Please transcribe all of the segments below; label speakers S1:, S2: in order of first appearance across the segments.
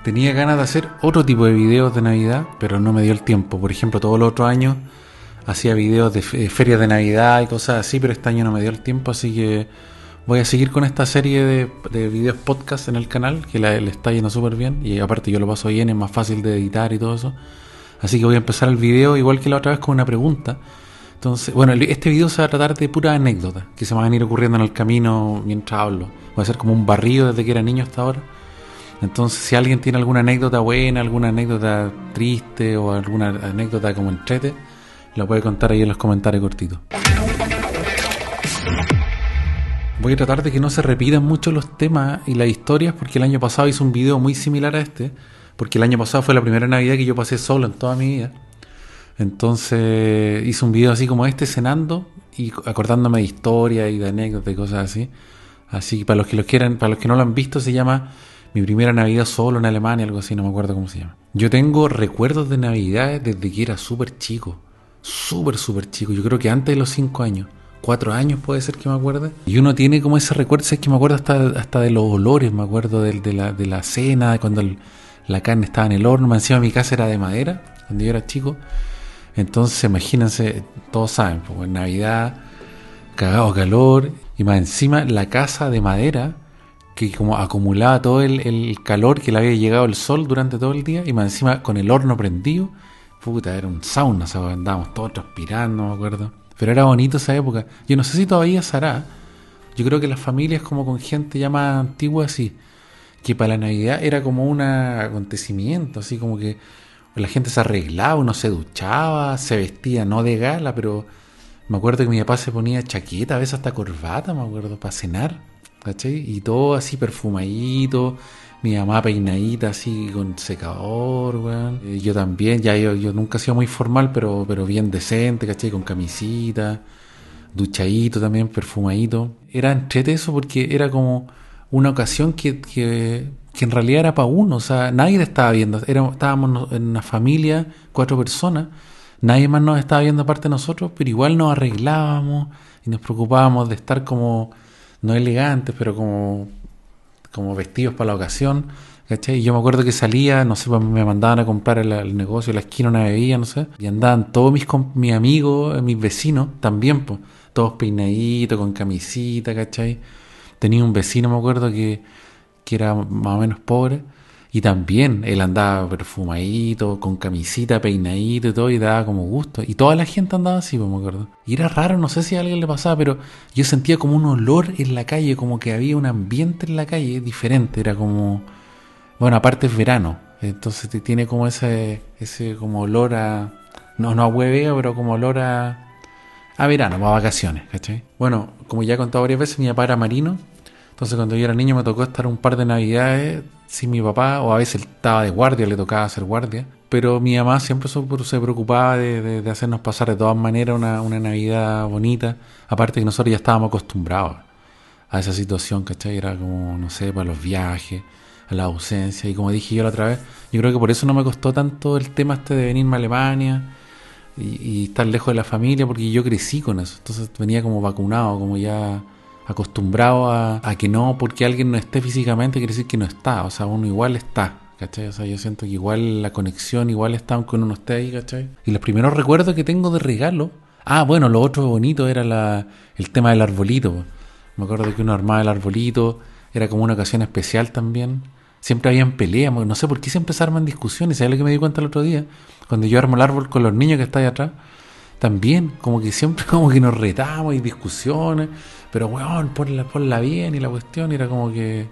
S1: Tenía ganas de hacer otro tipo de videos de Navidad, pero no me dio el tiempo. Por ejemplo, todos los otros años hacía videos de ferias de Navidad y cosas así, pero este año no me dio el tiempo, así que voy a seguir con esta serie de videos podcast en el canal, que le está yendo súper bien, y aparte yo lo paso bien, es más fácil de editar y todo eso. Así que voy a empezar el video igual que la otra vez con una pregunta. Entonces, bueno, este video se va a tratar de puras anécdotas que se me van a ir ocurriendo en el camino mientras hablo. Voy a hacer como un barrido desde que era niño hasta ahora. Entonces, si alguien tiene alguna anécdota buena, alguna anécdota triste o alguna anécdota como entrete, lo puede contar ahí en los comentarios cortitos. Voy a tratar de que no se repitan mucho los temas y las historias, porque el año pasado hice un video muy similar a este, porque el año pasado fue la primera Navidad que yo pasé solo en toda mi vida. Entonces hice un video así como este, cenando y acordándome de historias y de anécdotas y cosas así. Así que para los que lo quieran, para los que no lo han visto, se llama Mi primera Navidad solo en Alemania, algo así, no me acuerdo cómo se llama. Yo tengo recuerdos de Navidades desde que era súper chico. Súper chico. Yo creo que antes de los 5 años. 4 años puede ser que me acuerde. Y uno tiene como ese recuerdo, es que me acuerdo hasta de los olores, me acuerdo de la cena, de cuando la carne estaba en el horno. Encima mi casa era de madera, cuando yo era chico. Entonces imagínense, todos saben, pues en Navidad, cagado calor, y más encima la casa de madera, que como acumulaba todo el calor que le había llegado el sol durante todo el día, y más encima con el horno prendido, puta, era un sauna, ¿sabes? Andábamos todos transpirando, me acuerdo. Pero era bonito esa época. Yo no sé si todavía se hará. Yo creo que las familias como con gente ya más antigua así, que para la Navidad era como un acontecimiento, así como que la gente se arreglaba, uno se duchaba, se vestía, no de gala, pero me acuerdo que mi papá se ponía chaqueta, a veces hasta corbata, me acuerdo, para cenar, ¿cachai? Y todo así perfumadito, mi mamá peinadita así con secador, weón. Yo también, yo nunca he sido muy formal, pero bien decente, ¿cachai? Con camisita, duchadito también, perfumadito. Era entrete eso porque era como una ocasión que en realidad era para uno, o sea, nadie te estaba viendo. Estábamos en una familia, 4 personas, nadie más nos estaba viendo aparte de nosotros, pero igual nos arreglábamos y nos preocupábamos de estar como, no elegantes, pero como vestidos para la ocasión, ¿cachai? Y yo me acuerdo que salía, no sé, pues me mandaban a comprar al negocio, a la esquina una bebida, no sé, y andaban todos mis amigos, mis vecinos también, pues, todos peinaditos, con camisita, ¿cachai? Tenía un vecino, me acuerdo, que era más o menos pobre, y también él andaba perfumadito, con camisita, peinadito y todo, y daba como gusto. Y toda la gente andaba así, pues me acuerdo. Y era raro, no sé si a alguien le pasaba, pero yo sentía como un olor en la calle, como que había un ambiente en la calle diferente. Era como, bueno, aparte es verano, entonces tiene como ese como olor a, no a hueveo, pero como olor a verano, a vacaciones, ¿cachai? Bueno, como ya he contado varias veces, mi papá era marino. Entonces cuando yo era niño me tocó estar un par de navidades sin mi papá, o a veces él estaba de guardia, le tocaba hacer guardia, pero mi mamá siempre se preocupaba de hacernos pasar de todas maneras una Navidad bonita, aparte que nosotros ya estábamos acostumbrados a esa situación, ¿cachai? Era como, no sé, para los viajes, a la ausencia, y como dije yo la otra vez, yo creo que por eso no me costó tanto el tema de venirme a Alemania y estar lejos de la familia, porque yo crecí con eso, entonces venía como vacunado, como ya acostumbrado a que no, porque alguien no esté físicamente quiere decir que no está, o sea, uno igual está, ¿cachai? O sea, yo siento que igual la conexión igual está aunque uno no esté ahí, ¿cachai? Y los primeros recuerdos que tengo de regalo, bueno, lo otro bonito era el tema del arbolito. Me acuerdo que uno armaba el arbolito, era como una ocasión especial también. Siempre habían peleas, no sé por qué siempre se arman discusiones. ¿Sabes lo que me di cuenta el otro día? Cuando yo armo el árbol con los niños que están ahí atrás, también, como que siempre como que nos retamos y discusiones, pero weón, ponla bien y la cuestión, era como que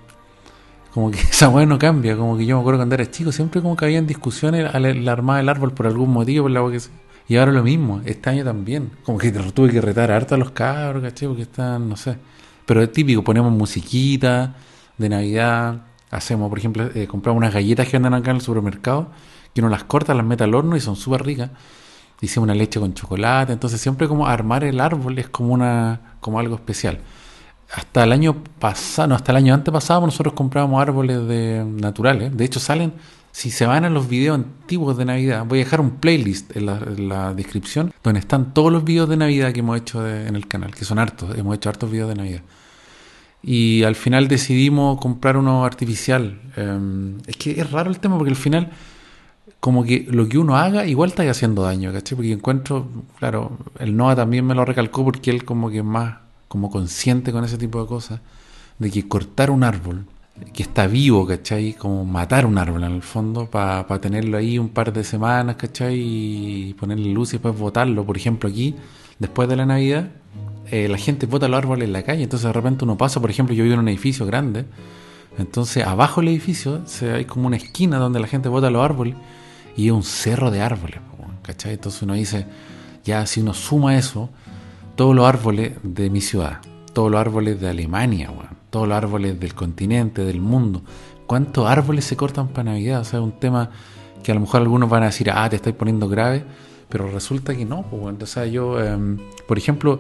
S1: esa weón no cambia, como que yo me acuerdo cuando era chico, siempre como que habían discusiones al armar el árbol por algún motivo, por la weón que sea. Y ahora lo mismo, este año también, como que tuve que retar harto a los cabros, ¿cachai? Porque están, no sé, pero es típico, ponemos musiquita de Navidad, hacemos, por ejemplo, compramos unas galletas que andan acá en el supermercado, que uno las corta, las mete al horno y son súper ricas. Hicimos una leche con chocolate, entonces siempre como armar el árbol es como algo especial. Hasta el año pasado, hasta el año antepasado nosotros comprábamos árboles naturales. De hecho salen, si se van a los videos antiguos de Navidad, voy a dejar un playlist en la descripción donde están todos los videos de Navidad que hemos hecho en el canal, que son hartos, hemos hecho hartos videos de Navidad. y al final decidimos comprar uno artificial. Es que es raro el tema porque al final como que lo que uno haga igual está haciendo daño, ¿cachai? Porque encuentro, claro, el Noah también me lo recalcó porque él como que es más como consciente con ese tipo de cosas, de que cortar un árbol que está vivo, ¿cachai? Como matar un árbol en el fondo para tenerlo ahí un par de semanas, ¿cachai? Y ponerle luz y después botarlo. Por ejemplo, aquí, después de la Navidad, la gente bota los árboles en la calle, entonces de repente uno pasa, por ejemplo, yo vivo en un edificio grande, entonces abajo del edificio hay como una esquina donde la gente bota los árboles y es un cerro de árboles, ¿cachai? Entonces uno dice, ya si uno suma eso, todos los árboles de mi ciudad, todos los árboles de Alemania, todos los árboles del continente, del mundo, ¿cuántos árboles se cortan para Navidad? O sea, es un tema que a lo mejor algunos van a decir, te estáis poniendo grave, pero resulta que no, pues, o sea, yo, por ejemplo,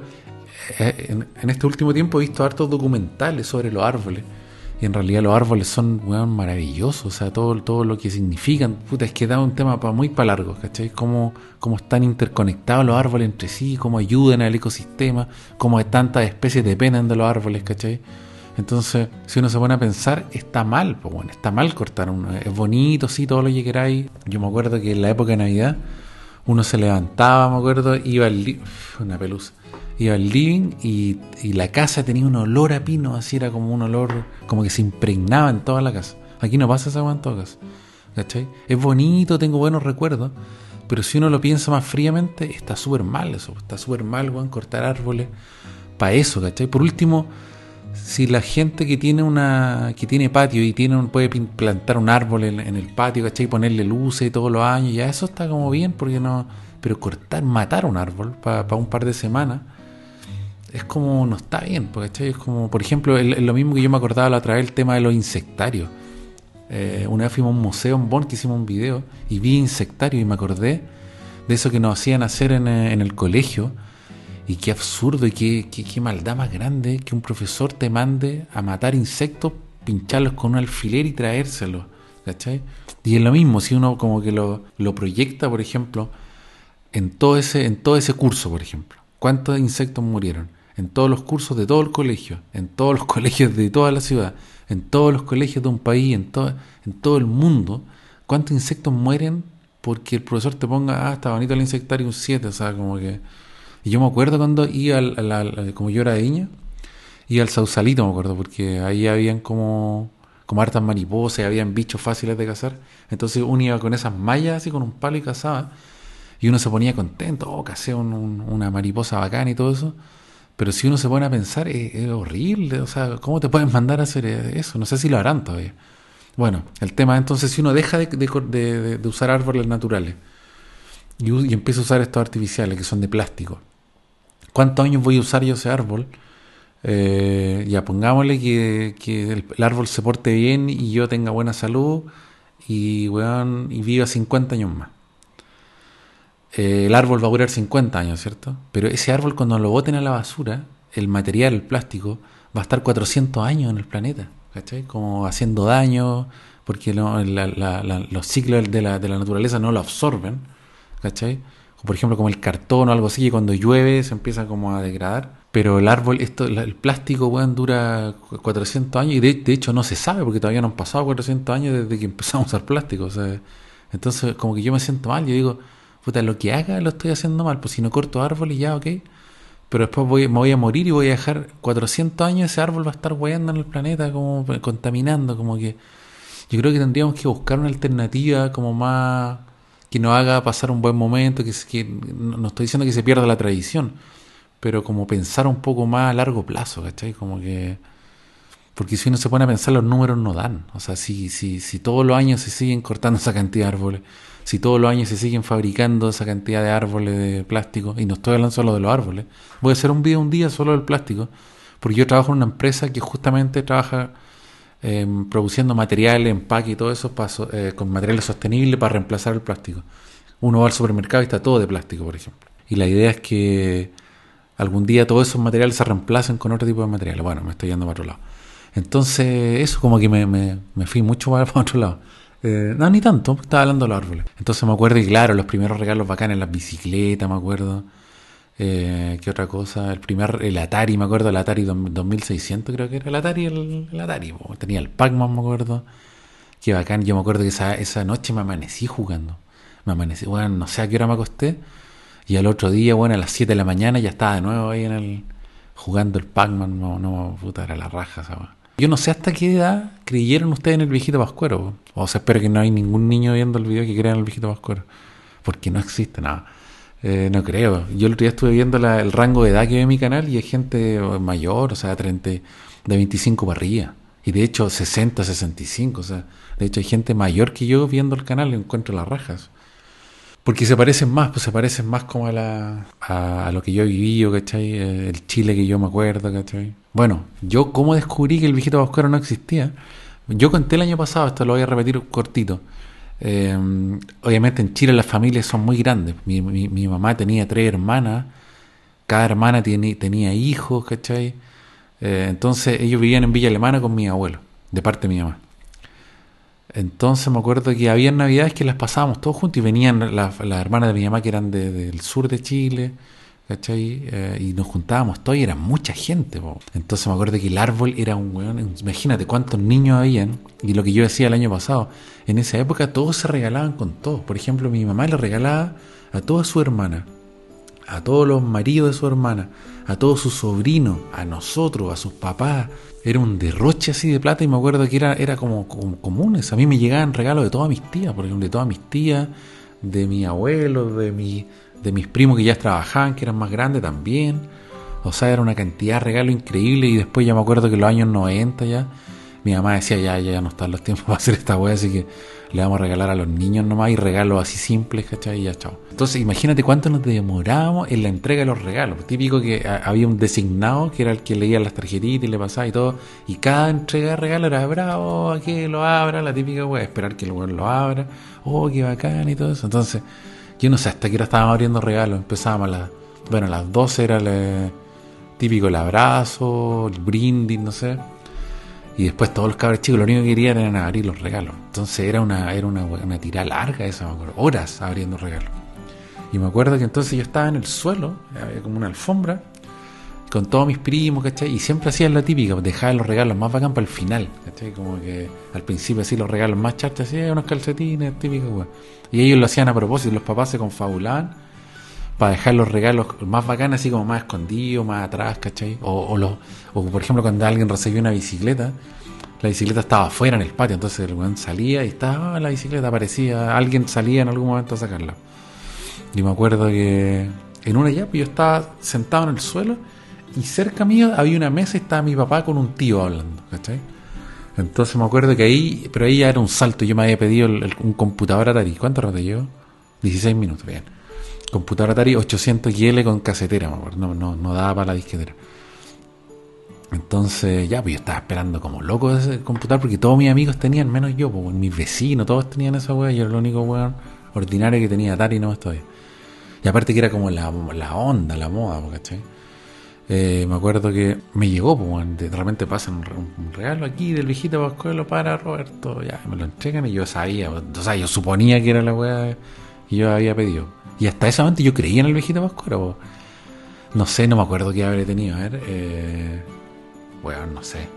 S1: en este último tiempo he visto hartos documentales sobre los árboles. Y en realidad los árboles son, maravillosos. O sea, todo lo que significan. Puta, es que da un tema muy para largo, ¿cachai? Cómo están interconectados los árboles entre sí, cómo ayudan al ecosistema, cómo tantas especies dependen de los árboles, ¿cachai? Entonces, si uno se pone a pensar, está mal, pues bueno, está mal cortar uno. Es bonito, sí, todo lo que queráis. Yo me acuerdo que en la época de Navidad, uno se levantaba, me acuerdo, iba una pelusa. Iba al living y la casa tenía un olor a pino, así era como un olor, como que se impregnaba en toda la casa. Aquí no pasa esa agua en toda casa, ¿cachai? Es bonito, tengo buenos recuerdos, pero si uno lo piensa más fríamente, está súper mal eso, está súper mal, weón, cortar árboles para eso, ¿cachai? Por último, si la gente que tiene patio y puede plantar un árbol en el patio, ¿cachai? Ponerle luces todos los años, ya eso está como bien, porque no, pero matar un árbol para un par de semanas, es como, no está bien, ¿cachai? Es como, por ejemplo, lo mismo que yo me acordaba la otra vez, el tema de los insectarios. Una vez fuimos a un museo en Bonn que hicimos un video y vi insectarios y me acordé de eso que nos hacían hacer en el colegio. Y qué absurdo y qué maldad más grande que un profesor te mande a matar insectos, pincharlos con un alfiler y traérselos, ¿cachai? Y es lo mismo, si uno como que lo proyecta, por ejemplo, en todo ese curso, por ejemplo. ¿Cuántos insectos murieron? En todos los cursos de todo el colegio, en todos los colegios de toda la ciudad, en todos los colegios de un país, en todo el mundo. ¿Cuántos insectos mueren porque el profesor te ponga, está bonito el insectario, un 7? O sea, como que... Y yo me acuerdo cuando iba como yo era de niño, iba al Sausalito, me acuerdo, porque ahí habían como hartas mariposas y habían bichos fáciles de cazar. Entonces uno iba con esas mallas así, con un palo y cazaba. Y uno se ponía contento, casé una mariposa bacana y todo eso. Pero si uno se pone a pensar, es horrible. O sea, ¿cómo te pueden mandar a hacer eso? No sé si lo harán todavía. Bueno, el tema entonces, si uno deja de usar árboles naturales y empieza a usar estos artificiales que son de plástico, ¿cuántos años voy a usar yo ese árbol? Ya pongámosle que el árbol se porte bien y yo tenga buena salud y viva 50 años más. El árbol va a durar 50 años, ¿cierto? Pero ese árbol, cuando lo boten a la basura, el material, el plástico, va a estar 400 años en el planeta, ¿cachai? Como haciendo daño, porque los ciclos de la naturaleza no lo absorben, ¿cachai? Por ejemplo, como el cartón o algo así, que cuando llueve se empieza como a degradar. Pero el árbol, el plástico, dura 400 años y de hecho no se sabe porque todavía no han pasado 400 años desde que empezamos a usar plástico. O sea, entonces, como que yo me siento mal, yo digo, puta, lo que haga lo estoy haciendo mal, pues si no corto árboles ya, ok, pero después me voy a morir y voy a dejar 400 años, ese árbol va a estar hueando en el planeta, como contaminando, como que yo creo que tendríamos que buscar una alternativa como más que nos haga pasar un buen momento, que no estoy diciendo que se pierda la tradición, pero como pensar un poco más a largo plazo, ¿cachai? Como que... Porque si uno se pone a pensar, los números no dan. O sea, si todos los años se siguen cortando esa cantidad de árboles, si todos los años se siguen fabricando esa cantidad de árboles de plástico, y no estoy hablando solo de los árboles, voy a hacer un video un día solo del plástico, porque yo trabajo en una empresa que justamente trabaja produciendo materiales, empaque y todo eso con materiales sostenibles para reemplazar el plástico. Uno va al supermercado y está todo de plástico, por ejemplo. Y la idea es que algún día todos esos materiales se reemplacen con otro tipo de materiales. Bueno, me estoy yendo para otro lado. Entonces, eso como que me fui mucho para otro lado. No, ni tanto, estaba hablando de los árboles. Entonces me acuerdo, y claro, los primeros regalos bacanes, las bicicletas, me acuerdo. ¿Qué otra cosa? El Atari, me acuerdo, el Atari 2600 creo que era el Atari, po. Tenía el Pac-Man, me acuerdo. Qué bacán, yo me acuerdo que esa noche me amanecí jugando. Me amanecí, bueno, no sé a qué hora me acosté. Y al otro día, bueno, a las 7 de la mañana ya estaba de nuevo ahí jugando el Pac-Man. No, no, puta, era la raja esa weá. Yo no sé hasta qué edad creyeron ustedes en el viejito Pascuero. O sea, espero que no hay ningún niño viendo el video que crea en el viejito Pascuero. Porque no existe nada. No creo. Yo el otro día estuve viendo el rango de edad que ve en mi canal y hay gente mayor, o sea, 30, de 25 para arriba. Y de hecho 60, 65. O sea, de hecho hay gente mayor que yo viendo el canal y encuentro las rajas. Porque se parecen más, pues se parecen más como a lo que yo he vivido, ¿cachai? El Chile que yo me acuerdo, ¿cachai? Bueno, yo cómo descubrí que el viejito Pascuero no existía. Yo conté el año pasado, esto lo voy a repetir cortito. Eh, Obviamente en Chile las familias son muy grandes. Mi mamá tenía 3 hermanas, cada hermana tenía hijos, ¿cachai? Entonces ellos vivían en Villa Alemana con mi abuelo, de parte de mi mamá. Entonces me acuerdo que había navidades que las pasábamos todos juntos y venían las hermanas de mi mamá que eran del sur de Chile, ¿cachai? Y nos juntábamos todos y era mucha gente, po. Entonces me acuerdo que el árbol era un weón, imagínate cuántos niños habían, y lo que yo decía el año pasado, en esa época todos se regalaban con todos. Por ejemplo, mi mamá le regalaba a toda su hermana, a todos los maridos de su hermana, a todos sus sobrinos, a nosotros, a sus papás. Era un derroche así de plata y me acuerdo que era como comunes. A mí me llegaban regalos de todas mis tías, por ejemplo, de todas mis tías, de mi abuelo, de mis primos que ya trabajaban, que eran más grandes también. O sea, era una cantidad de regalos increíble y después ya me acuerdo que en los años 90 ya, mi mamá decía ya no están los tiempos para hacer esta wea, así que le vamos a regalar a los niños nomás y regalos así simples, ¿cachai? Y ya, chao. Entonces, imagínate cuánto nos demorábamos en la entrega de los regalos. Típico que había un designado que era el que leía las tarjetitas y le pasaba y todo. Y cada entrega de regalo era bravo, a que lo abra, la típica wea, esperar que el weón lo abra. Oh, qué bacán y todo eso. Entonces, yo no sé hasta qué hora estábamos abriendo regalos. Empezábamos a las 12 era el típico el abrazo, el brindis, no sé. Y después todos los cabros chicos lo único que querían era abrir los regalos. Entonces era una tirada larga esa, me acuerdo. Horas abriendo regalos. Y me acuerdo que entonces yo estaba en el suelo, había como una alfombra, con todos mis primos, ¿cachai? Y siempre hacían la típica, dejaban los regalos más bacán para el final, ¿cachai? Como que al principio así los regalos más charchas, así, unos calcetines, típicos, güey. Y ellos lo hacían a propósito, los papás se confabulaban para dejar los regalos más bacanes, así como más escondidos, más atrás, ¿cachai? O por ejemplo, cuando alguien recibió una bicicleta, la bicicleta estaba afuera en el patio, entonces el weón salía y estaba la bicicleta, aparecía, alguien salía en algún momento a sacarla. Y me acuerdo que en una ya, pues yo estaba sentado en el suelo y cerca mío había una mesa y estaba mi papá con un tío hablando, ¿cachai? Entonces me acuerdo que ahí ya era un salto, yo me había pedido un computador Atari. ¿Cuánto rato llevo? 16 minutos, bien. Computador Atari 800 XL con casetera, me acuerdo. No daba para la disquetera. Entonces, ya, pues yo estaba esperando como loco ese computador porque todos mis amigos tenían, menos yo, pues mis vecinos, todos tenían esa weá. Yo era el único weón ordinario que tenía Atari, no estoy. Y aparte que era como la onda, la moda, ¿cachai? Me acuerdo que me llegó, pues, de repente pasan un regalo aquí del viejito Pascuelo para Roberto, ya, me lo entregan y yo sabía, o sea, yo suponía que era la weá que yo había pedido. Y hasta ese momento yo creía en el viejito Pascuero. No sé, no me acuerdo qué habré tenido. A ver, bueno, no sé.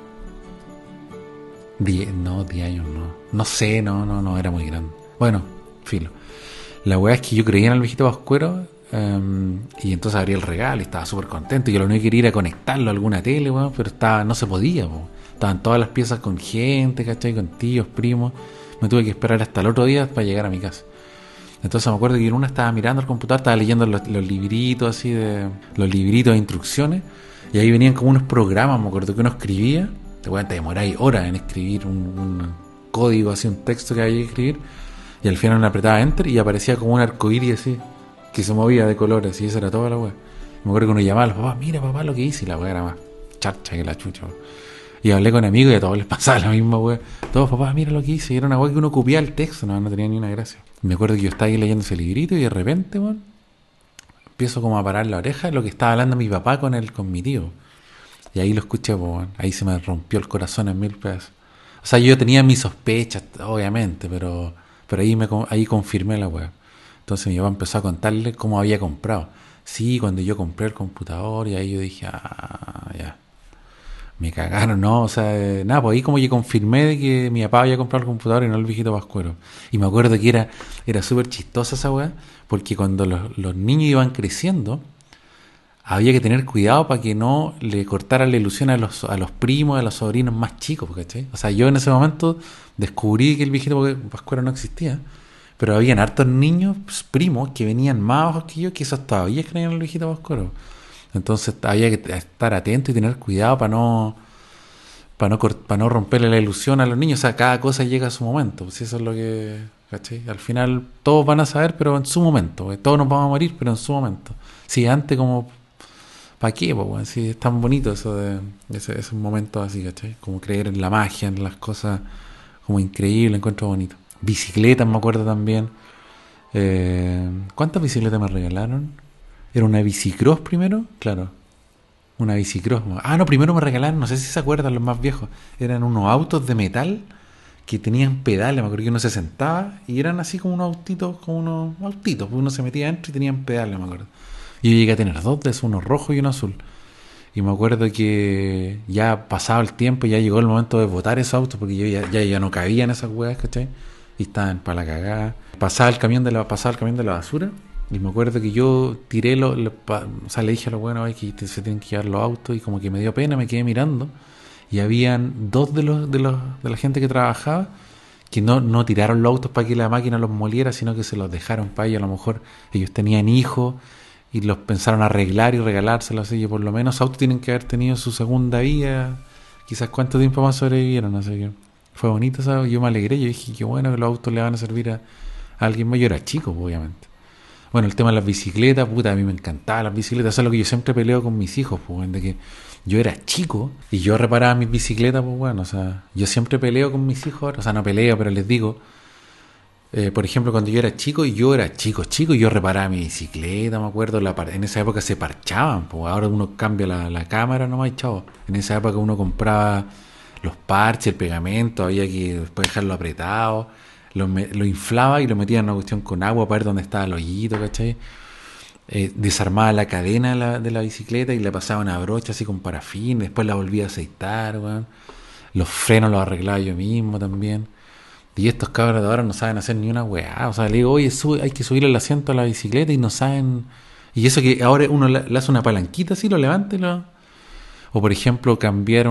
S1: 10 años, no. No sé, no, era muy grande. Bueno, filo. La weá es que yo creía en el viejito Pascuero y entonces abrí el regalo y estaba súper contento. Yo lo único que quería era conectarlo a alguna tele, weón, pero no se podía, po. Estaban todas las piezas con gente, ¿cachai? Con tíos, primos. Me tuve que esperar hasta el otro día para llegar a mi casa. Entonces me acuerdo que en una estaba mirando el computador, estaba leyendo los libritos así los libritos de instrucciones, y ahí venían como unos programas, me acuerdo que uno escribía, te demoráis horas en escribir un código, así un texto que había que escribir, y al final uno apretaba enter y aparecía como un arcoíris así, que se movía de colores, y esa era toda la wea. Me acuerdo que uno llamaba a los papás, mira papá lo que hice, y la wea era más charcha que la chucha, wea. Y hablé con amigos y a todos les pasaba la misma wea. Todos, papá, mira lo que hice. Y era una wea que uno copiaba el texto, no tenía ni una gracia. Me acuerdo que yo estaba ahí leyendo ese librito y de repente, weón, empiezo como a parar la oreja de lo que estaba hablando mi papá con mi tío. Y ahí lo escuché, weón. Ahí se me rompió el corazón en mil pedazos. O sea, yo tenía mis sospechas, obviamente, pero ahí confirmé la wea. Entonces mi papá empezó a contarle cómo había comprado. Sí, cuando yo compré el computador y ahí yo dije, ya, me cagaron, ¿no? O sea, nada, pues ahí como que confirmé de que mi papá había comprado el computador y no el viejito Pascuero. Y me acuerdo que era súper chistosa esa weá, porque cuando los niños iban creciendo, había que tener cuidado para que no le cortaran la ilusión a los primos, a los sobrinos más chicos, ¿cachai? O sea, yo en ese momento descubrí que el viejito Pascuero no existía, pero habían hartos niños, pues, primos, que venían más bajos que yo, que esos todavía creían en el viejito Pascuero. Entonces había que estar atento y tener cuidado para no romperle la ilusión a los niños. O sea, cada cosa llega a su momento. Pues eso es lo que, ¿cachai? Al final todos van a saber, pero en su momento. Pues, todos nos vamos a morir, pero en su momento. Si antes como, ¿para qué? Pues, bueno, si es tan bonito eso de esos momentos así, ¿cachai? Como creer en la magia, en las cosas como increíbles, encuentro bonito. Bicicletas me acuerdo también. ¿Cuántas bicicletas me regalaron? ¿Era una bicicross primero? Claro, una bicicross. Ah, no, primero me regalaron, no sé si se acuerdan los más viejos. Eran unos autos de metal que tenían pedales. Me acuerdo que uno se sentaba y eran así como unos autitos. Pues uno se metía adentro y tenían pedales, me acuerdo. Y yo llegué a tener dos de esos, uno rojo y uno azul. Y me acuerdo que ya pasado el tiempo, ya llegó el momento de botar esos autos porque yo ya no cabía en esas weas, ¿cachai? Y estaban para la cagada. Pasaba el camión de la basura. Y me acuerdo que yo tiré o sea, le dije a los buenos que se tienen que llevar los autos y como que me dio pena, me quedé mirando y habían dos de la gente que trabajaba que no tiraron los autos para que la máquina los moliera, sino que se los dejaron para ellos. A lo mejor ellos tenían hijos y los pensaron arreglar y regalárselos así, que por lo menos los autos tienen que haber tenido su segunda vida, quizás cuánto tiempo más sobrevivieron, así que fue bonito, ¿sabes? Yo me alegré, yo dije, qué bueno que los autos le van a servir a alguien más. Yo era chico, obviamente. Bueno, el tema de las bicicletas, puta, a mí me encantaban las bicicletas. Eso es lo que yo siempre peleo con mis hijos, pues, de que yo era chico y yo reparaba mis bicicletas, pues bueno, o sea, yo siempre peleo con mis hijos, o sea, no peleo, pero les digo, por ejemplo, cuando yo era chico, y yo reparaba mi bicicleta, me acuerdo, en esa época se parchaban, pues ahora uno cambia la cámara nomás, y chavo. En esa época uno compraba los parches, el pegamento, había que después dejarlo apretado, lo inflaba y lo metía en una cuestión con agua para ver dónde estaba el hoyito, ¿cachai? Desarmaba la cadena de la bicicleta y le pasaba una brocha así con parafín, después la volvía a aceitar, weón. Los frenos los arreglaba yo mismo también. Y estos cabros de ahora no saben hacer ni una weá. O sea, le digo, oye, hay que subir el asiento a la bicicleta y no saben. Y eso que ahora uno le hace una palanquita así, lo levanta y lo. O por ejemplo, cambiar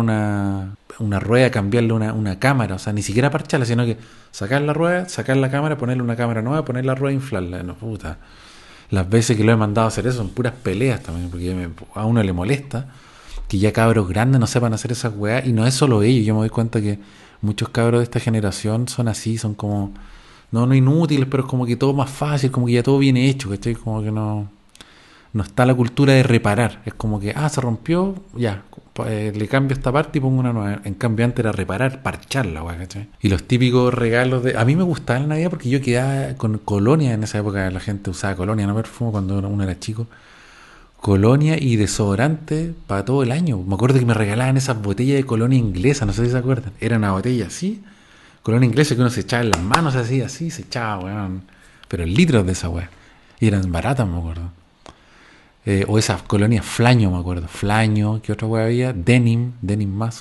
S1: una rueda, cambiarle una cámara. O sea, ni siquiera parcharla, sino que sacar la rueda, sacar la cámara, ponerle una cámara nueva, poner la rueda e inflarla. No, puta. Las veces que lo he mandado a hacer eso son puras peleas también, porque a uno le molesta que ya cabros grandes no sepan hacer esas weas. Y no es solo ellos, yo me doy cuenta que muchos cabros de esta generación son así, son como, no inútiles, pero es como que todo más fácil, como que ya todo viene hecho, ¿cachai? Como que no está la cultura de reparar. Es como que, se rompió, ya, le cambio esta parte y pongo una nueva. En cambio antes era reparar, parchar la wea, ¿cachai? Y los típicos regalos de. A mí me gustaba la Navidad porque yo quedaba con colonia. En esa época la gente usaba colonia, no perfume cuando uno era chico. Colonia y desodorante para todo el año. Me acuerdo que me regalaban esas botellas de colonia inglesa, no sé si se acuerdan. Era una botella así, colonia inglesa que uno se echaba en las manos así, se echaba, weón. Pero litros de esa weá. Y eran baratas, me acuerdo. O esas colonias Flaño, me acuerdo. Flaño, ¿qué otra weá había? Denim Mask.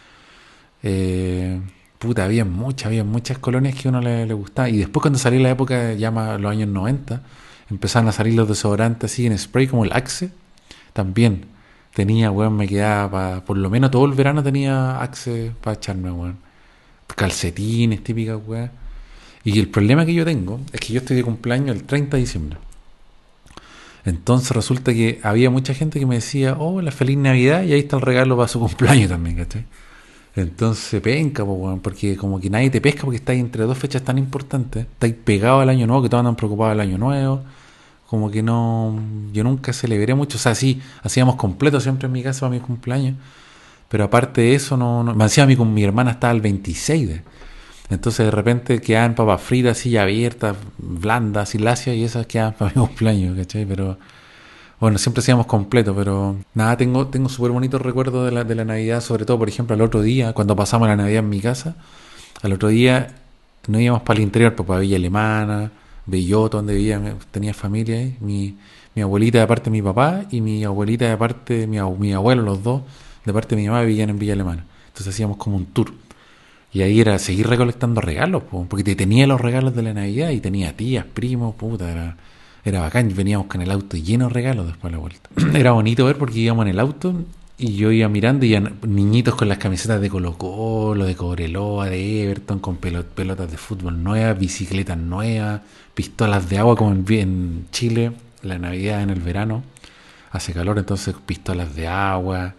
S1: Puta, había muchas colonias que a uno le gustaba. Y después cuando salió la época, ya más los años 90 empezaron a salir los desodorantes así en spray como el Axe. También tenía, weón, me quedaba por lo menos todo el verano tenía Axe para echarme, weón. Calcetines, típicas, weón. Y el problema que yo tengo es que yo estoy de cumpleaños el 30 de diciembre. Entonces resulta que había mucha gente que me decía, oh, la feliz Navidad, y ahí está el regalo para su cumpleaños también, ¿cachai? Entonces penca, pues, weón, porque como que nadie te pesca porque estáis entre dos fechas tan importantes, estáis pegados al año nuevo, que todos andan preocupados del año nuevo, como que no, yo nunca celebré mucho, o sea, sí, hacíamos completo siempre en mi casa para mi cumpleaños, pero aparte de eso, me decía mi hermana estaba el 26 entonces de repente quedaban papas fritas así abiertas, blandas y lacias, y esas quedaban para mi cumpleaños, ¿cachai? Pero bueno, siempre hacíamos completo, pero nada, tengo súper bonitos recuerdos de la Navidad, sobre todo, por ejemplo, al otro día, cuando pasamos la Navidad en mi casa, al otro día no íbamos para el interior, pues para Villa Alemana, Belloto, donde vivía, tenía familia ahí, Mi abuelita de parte de mi papá y mi abuelita de parte de mi abuelo, los dos, de parte de mi mamá vivían en Villa Alemana. Entonces hacíamos como un tour. Y ahí era seguir recolectando regalos, po, porque te tenía los regalos de la Navidad y tenía tías, primos, puta, era bacán. Y veníamos con el auto lleno de regalos después de la vuelta. Era bonito ver porque íbamos en el auto y yo iba mirando y iban niñitos con las camisetas de Colo-Colo, de Cobreloa, de Everton, con pelotas de fútbol nuevas, bicicletas nuevas, pistolas de agua como en Chile, la Navidad en el verano. Hace calor, entonces pistolas de agua,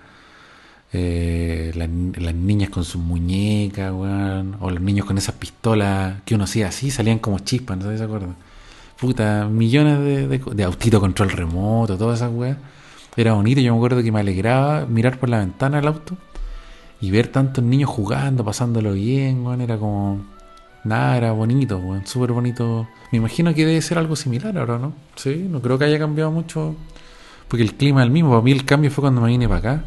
S1: las niñas con sus muñecas, weón, o los niños con esas pistolas que uno hacía así, salían como chispas, ¿no se acuerdan? Puta, millones de autito control remoto, todas esas weas. Era bonito, yo me acuerdo que me alegraba mirar por la ventana del auto y ver tantos niños jugando, pasándolo bien, weón, era como... Nada, era bonito, weón, súper bonito. Me imagino que debe ser algo similar ahora, ¿no? Sí, no creo que haya cambiado mucho, porque el clima es el mismo. Para mí el cambio fue cuando me vine para acá.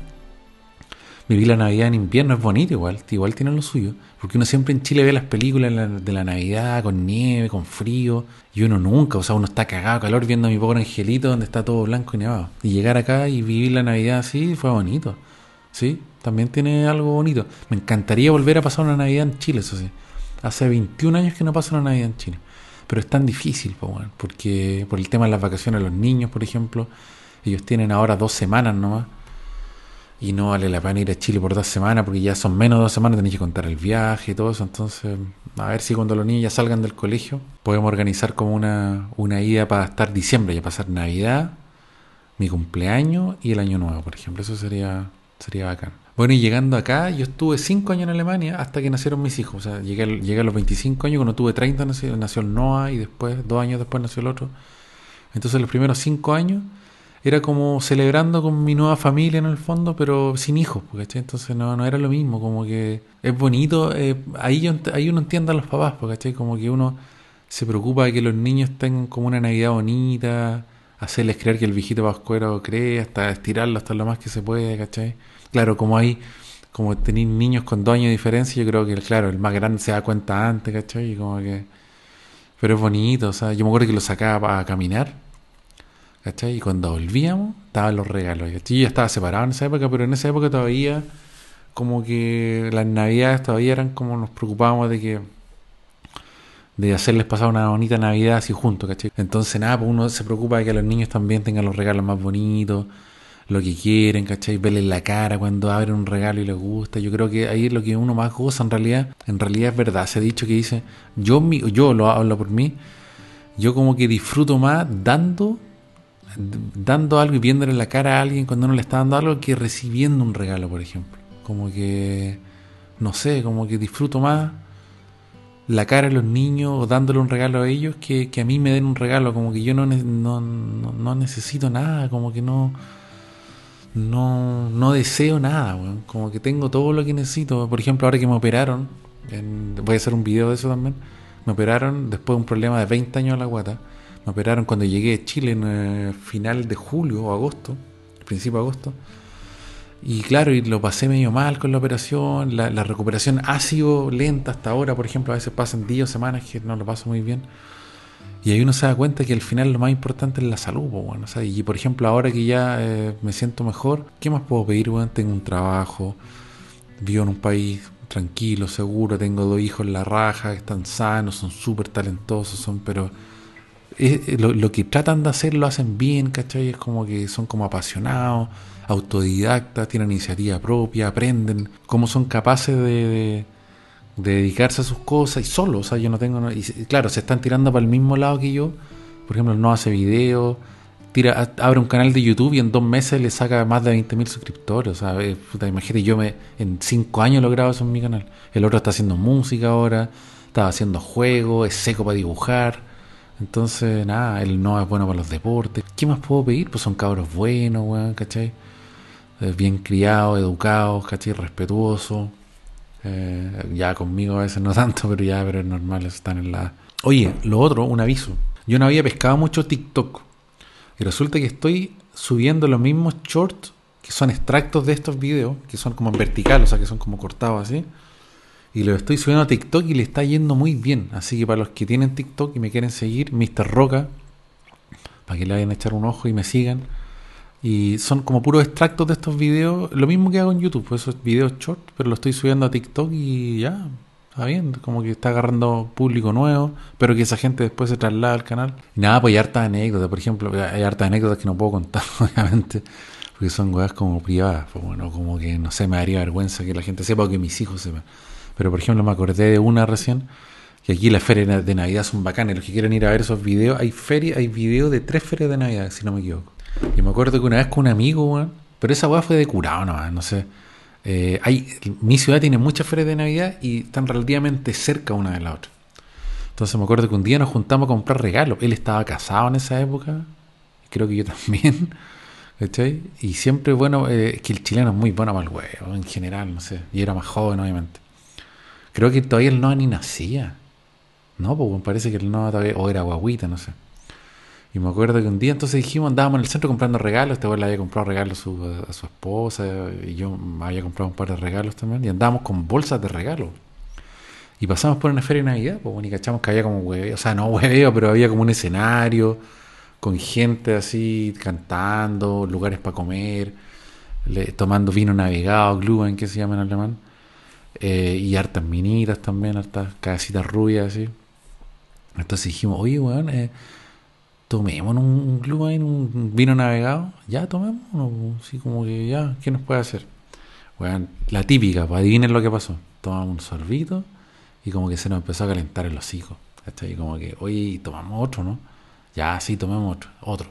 S1: Viví la Navidad en invierno, es bonito igual tiene lo suyo. Porque uno siempre en Chile ve las películas de la Navidad con nieve, con frío, y uno nunca, o sea, uno está cagado de calor viendo a mi pobre angelito donde está todo blanco y nevado. Y llegar acá y vivir la Navidad así fue bonito. Sí, también tiene algo bonito. Me encantaría volver a pasar una Navidad en Chile, eso sí. Hace 21 años que no paso una Navidad en Chile. Pero es tan difícil, pues, bueno, porque por el tema de las vacaciones de los niños, por ejemplo, ellos tienen ahora 2 semanas nomás. Y no vale la pena ir a Chile por 2 semanas porque ya son menos de 2 semanas, tenéis que contar el viaje y todo eso. Entonces, a ver si cuando los niños ya salgan del colegio podemos organizar como una ida para estar diciembre, ya pasar Navidad, mi cumpleaños y el Año Nuevo, por ejemplo. Eso sería bacán. Bueno, y llegando acá, yo estuve 5 años en Alemania hasta que nacieron mis hijos. O sea, llegué a los 25 años, cuando tuve 30 nació el Noah y después, 2 años después nació el otro. Entonces los primeros 5 años era como celebrando con mi nueva familia en el fondo, pero sin hijos, ¿cachai? Entonces no era lo mismo, como que es bonito, ahí uno entiende a los papás, ¿cachai? Como que uno se preocupa de que los niños tengan como una Navidad bonita, hacerles creer que el viejito pascuero cree, hasta estirarlo hasta lo más que se puede, ¿cachai? Claro, como tenéis niños con 2 años de diferencia, yo creo que, claro, el más grande se da cuenta antes, ¿cachai? Y como que... Pero es bonito, o sea, yo me acuerdo que lo sacaba a caminar, ¿cachai? Y cuando volvíamos, estaban los regalos. ¿Cachai? Yo ya estaba separado en esa época, pero en esa época todavía, como que las navidades todavía eran como nos preocupábamos de hacerles pasar una bonita Navidad así juntos, ¿cachai? Entonces nada, pues uno se preocupa de que los niños también tengan los regalos más bonitos, lo que quieren, ¿cachai? Verles la cara cuando abren un regalo y les gusta. Yo creo que ahí es lo que uno más goza en realidad es verdad. Se ha dicho que dice, yo lo hablo por mí, yo como que disfruto más dando algo y viéndole la cara a alguien cuando uno le está dando algo que recibiendo un regalo, por ejemplo. Como que, no sé, como que disfruto más la cara de los niños o dándole un regalo a ellos que a mí me den un regalo. Como que yo no necesito nada, como que no deseo nada, weón. Como que tengo todo lo que necesito. Por ejemplo, ahora que me operaron, voy a hacer un video de eso también. Me operaron después de un problema de 20 años a la guata. Me operaron cuando llegué a Chile en final de julio o agosto, principio de agosto. Y claro, y lo pasé medio mal con la operación. La recuperación ha sido lenta hasta ahora, por ejemplo. A veces pasan días o semanas que no lo paso muy bien. Y ahí uno se da cuenta que al final lo más importante es la salud, pues, bueno, o sea, y por ejemplo, ahora que ya me siento mejor, ¿qué más puedo pedir, bueno? Tengo un trabajo, vivo en un país tranquilo, seguro, tengo 2 hijos en la raja, que están sanos, son súper talentosos, pero lo que tratan de hacer lo hacen bien, ¿cachai? Es como que son como apasionados, autodidactas, tienen iniciativa propia, aprenden, cómo son capaces de dedicarse a sus cosas y solo, o sea, yo no tengo... Y claro, se están tirando para el mismo lado que yo. Por ejemplo, no hace videos, abre un canal de YouTube y en 2 meses le saca más de 20.000 suscriptores. O sea, puta, imagínate, en 5 años lo grabo eso en mi canal. El otro está haciendo música ahora, está haciendo juegos, es seco para dibujar. Entonces, nada, él no es bueno para los deportes. ¿Qué más puedo pedir? Pues son cabros buenos, weón, ¿cachai? Bien criados, educados, ¿cachai? Respetuosos. Ya conmigo a veces no tanto, pero es normal, están en la... Oye, lo otro, un aviso. Yo no había pescado mucho TikTok. Y resulta que estoy subiendo los mismos shorts, que son extractos de estos videos, que son como en vertical, o sea, que son como cortados así. Y los estoy subiendo a TikTok y le está yendo muy bien. Así que para los que tienen TikTok y me quieren seguir, Mr. Roca, para que le vayan a echar un ojo y me sigan. Y son como puros extractos de estos videos, lo mismo que hago en YouTube, pues esos videos short, pero lo estoy subiendo a TikTok y ya, está bien, como que está agarrando público nuevo, pero que esa gente después se traslada al canal. Y nada, pues hay hartas anécdotas, por ejemplo, hay hartas anécdotas que no puedo contar, obviamente, porque son weas como privadas, pues bueno, como que no sé, me daría vergüenza que la gente sepa o que mis hijos sepan. Pero por ejemplo, me acordé de una recién, que aquí las ferias de Navidad son bacanas, los que quieren ir a ver esos videos, hay videos de 3 ferias de Navidad, si no me equivoco. Y me acuerdo que una vez con un amigo, weón, pero esa weá fue de curado nomás, no sé. Mi ciudad tiene muchas ferias de Navidad y están relativamente cerca una de la otra. Entonces me acuerdo que un día nos juntamos a comprar regalos. Él estaba casado en esa época, creo que yo también, ¿cachai? Y siempre, bueno, que el chileno es muy bueno para el huevo, en general, no sé. Y era más joven, obviamente. Creo que todavía el Noah ni nacía. No, pues bueno, parece que el Noah todavía, o era guaguita, no sé. Y me acuerdo que un día entonces dijimos, andábamos en el centro comprando regalos, este güey le había comprado regalos a su esposa y yo me había comprado un par de regalos también y andábamos con bolsas de regalos. Y pasamos por una feria de Navidad, pues bueno, y cachamos que había como hueveo, o sea, no hueveo, pero había como un escenario con gente así cantando, lugares para comer, tomando vino navegado, Glühwein, que se llama en alemán, y hartas minitas también, hartas cabecitas rubias así. Entonces dijimos, oye, weón, tomemos un Glühwein, un vino navegado, ya tomemos, así como que ya, ¿qué nos puede hacer? Bueno, la típica, pues adivinen lo que pasó. Tomamos un sorbito y como que se nos empezó a calentar el hocico. ¿Cachai? Y como que, oye, tomamos otro, ¿no? Ya, sí, tomemos otro.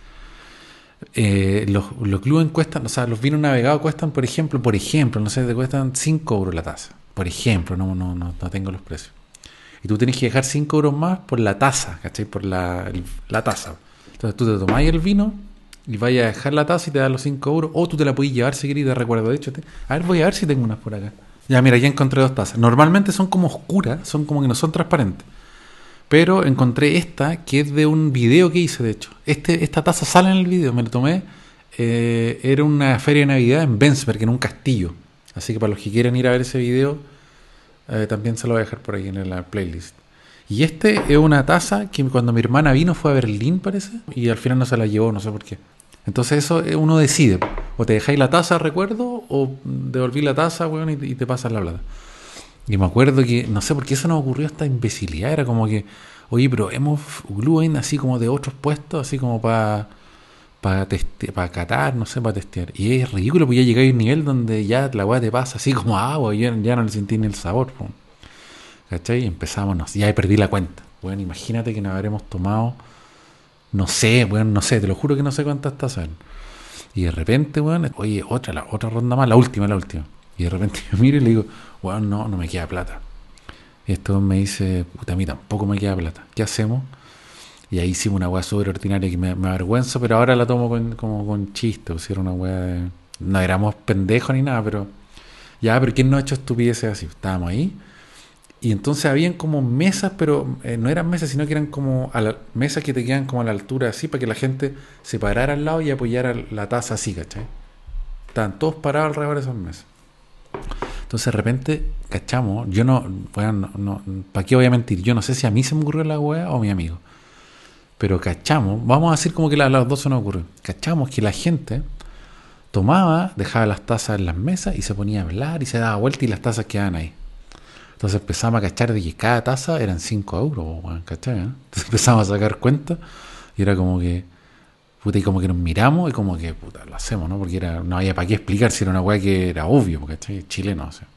S1: Los Glühwein cuestan, o sea, los vinos navegados cuestan, por ejemplo, no sé, te cuestan 5 euros la taza. Por ejemplo, no tengo los precios. Y tú tenés que dejar 5 euros más por la taza, ¿cachai? Por la taza. Entonces tú te tomás el vino y vayas a dejar la taza y te dan los 5 euros. O tú te la podés llevar si querés, te recuerdo. De hecho, a ver, voy a ver si tengo unas por acá. Ya, mira, ya encontré 2 tazas. Normalmente son como oscuras, son como que no son transparentes. Pero encontré esta, que es de un video que hice, de hecho. Esta taza sale en el video, me la tomé. Era una feria de Navidad en Bensberg, en un castillo. Así que para los que quieran ir a ver ese video, también se lo voy a dejar por ahí en la playlist. Y este es una taza que cuando mi hermana vino fue a Berlín, parece, y al final no se la llevó, no sé por qué. Entonces eso uno decide. O te dejáis la taza, recuerdo, o devolví la taza, weón, y te pasas la plata. Y me acuerdo que, no sé por qué eso nos ocurrió esta imbecilidad. Era como que, oye, pero hemos Glühwein así como de otros puestos, así como para catar, no sé, para testear. Y es ridículo, porque ya llegáis a un nivel donde ya la weá te pasa así como agua, y ya no le sentí ni el sabor, po. ¿Cachai? Y empezamos, no, ya perdí la cuenta. Bueno, imagínate que nos habremos tomado, no sé, bueno, no sé, te lo juro que no sé cuántas tazas. Y de repente, bueno, oye, otra ronda más, la última. Y de repente yo miro y le digo, bueno, no me queda plata. Y esto me dice, puta, a mí tampoco me queda plata. ¿Qué hacemos? Y ahí hicimos una weá súper ordinaria que me avergüenza, pero ahora la tomo como con chiste. O sea, era una weá de... No éramos pendejos ni nada, pero... Ya, pero ¿quién no ha hecho estupideces así? Estábamos ahí. Y entonces habían como mesas, pero no eran mesas, sino que eran como mesas que te quedan como a la altura así, para que la gente se parara al lado y apoyara la taza así, ¿cachai? Estaban todos parados alrededor de esas mesas. Entonces de repente, cachamos, yo no, bueno, ¿para qué voy a mentir? Yo no sé si a mí se me ocurrió la weá o a mi amigo. Pero cachamos, vamos a decir como que las dos se nos ocurrió. Cachamos que la gente tomaba, dejaba las tazas en las mesas y se ponía a hablar y se daba vuelta y las tazas quedaban ahí. Entonces empezamos a cachar de que cada taza eran 5 euros, bueno, ¿cachai? Entonces empezamos a sacar cuentas y era como que, puta, y como que nos miramos y como que, puta, lo hacemos, ¿no? Porque no había para qué explicar si era una weá que era obvio, ¿cachai? Chileno, o sea.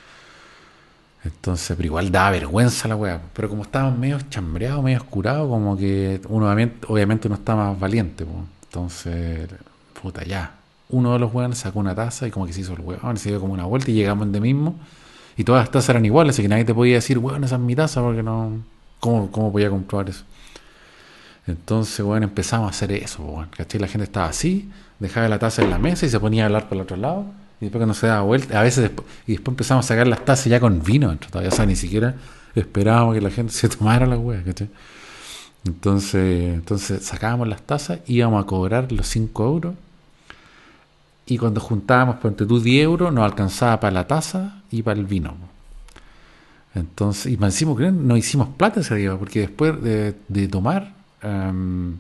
S1: Entonces, pero igual daba vergüenza la weá. Pero como estábamos medio chambreados, medio oscurados, como que uno obviamente uno está más valiente, pues. Entonces, puta, ya. Uno de los weones sacó una taza y como que se hizo el weón, se dio como una vuelta y llegamos en de mismo. Y todas las tazas eran iguales, así que nadie te podía decir, weón, esa es mi taza, porque no. ¿Cómo podía comprobar eso? Entonces, weón, empezamos a hacer eso, weón. ¿Cachai? La gente estaba así, dejaba la taza en la mesa y se ponía a hablar por el otro lado. Y después cuando se daba vuelta, a veces después empezamos a sacar las tazas ya con vino dentro todavía. O sea, ni siquiera esperábamos que la gente se tomara la weá, ¿cachai? Entonces sacábamos las tazas, íbamos a cobrar los 5 euros. Y cuando juntábamos, por entre tú 10 euros, nos alcanzaba para la taza y para el vino. Entonces, y más encima, nos hicimos plata ese día, porque después de tomar,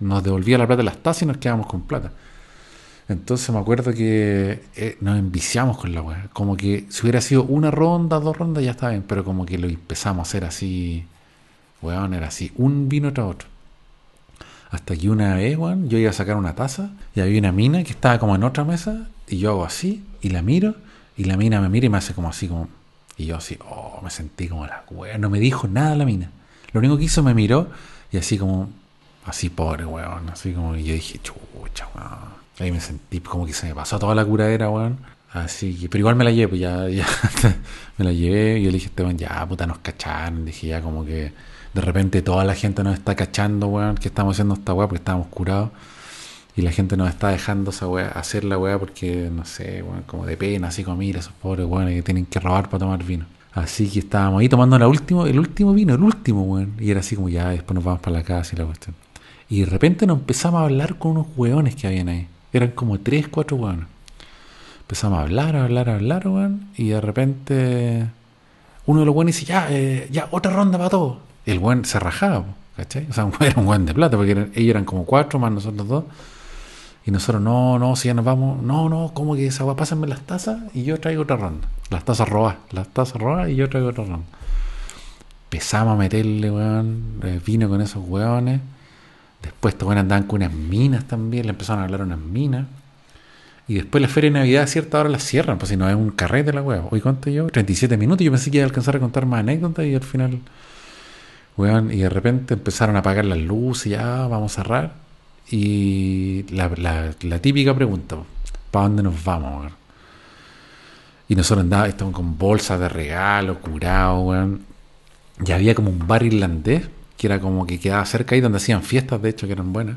S1: nos devolvía la plata de las tazas y nos quedábamos con plata. Entonces me acuerdo que nos enviciamos con la weá. Como que si hubiera sido una ronda, 2 rondas, ya estaba bien. Pero como que lo empezamos a hacer así, weón, era así, un vino tras otro. Hasta que una vez, weón, yo iba a sacar una taza y había una mina que estaba como en otra mesa y yo hago así y la miro y la mina me mira y me hace como así, como... Y yo así, oh, me sentí como la weón. No me dijo nada la mina. Lo único que hizo me miró y así como... Así pobre, weón. Así como... Y yo dije, chucha, weón. Ahí me sentí como que se me pasó toda la curadera, weón. Así que, pero igual me la llevé, pues ya me la llevé y yo le dije, Esteban, ya, puta, nos cacharon. Dije, ya, como que de repente toda la gente nos está cachando, weón, que estamos haciendo esta weá porque estábamos curados. Y la gente nos está dejando esa weá, hacer la weá porque, no sé, weón, como de pena, así como, mira, esos pobres weones que tienen que robar para tomar vino. Así que estábamos ahí tomando el último vino, el último, weón. Y era así como, ya, después nos vamos para la casa y la cuestión. Y de repente nos empezamos a hablar con unos weones que habían ahí. Eran como 3, 4 weones. Empezamos a hablar, weón. Y de repente uno de los weones dice, ya, otra ronda para todos. Y el weón se rajaba, ¿cachai? O sea, era un weón de plata, porque ellos eran como 4 más nosotros 2. Y nosotros, no, si ya nos vamos, no, ¿cómo que esa weá? Pásenme las tazas y yo traigo otra ronda. Las tazas robadas y yo traigo otra ronda. Empezamos a meterle, weón, vino con esos weones. Después estos weones andaban con unas minas también, le empezaron a hablar a unas minas. Y después la feria de Navidad a cierta hora la cierran, pues si no es un carrete la weá. Hoy conté yo, 37 minutos, yo pensé que iba a alcanzar a contar más anécdotas y al final, weón, y de repente empezaron a apagar las luces, ya, vamos a cerrar. Y la típica pregunta, ¿para dónde nos vamos, weón? Y nosotros estábamos con bolsas de regalo, curados, weón. Y había como un bar irlandés, que era como que quedaba cerca ahí, donde hacían fiestas, de hecho, que eran buenas.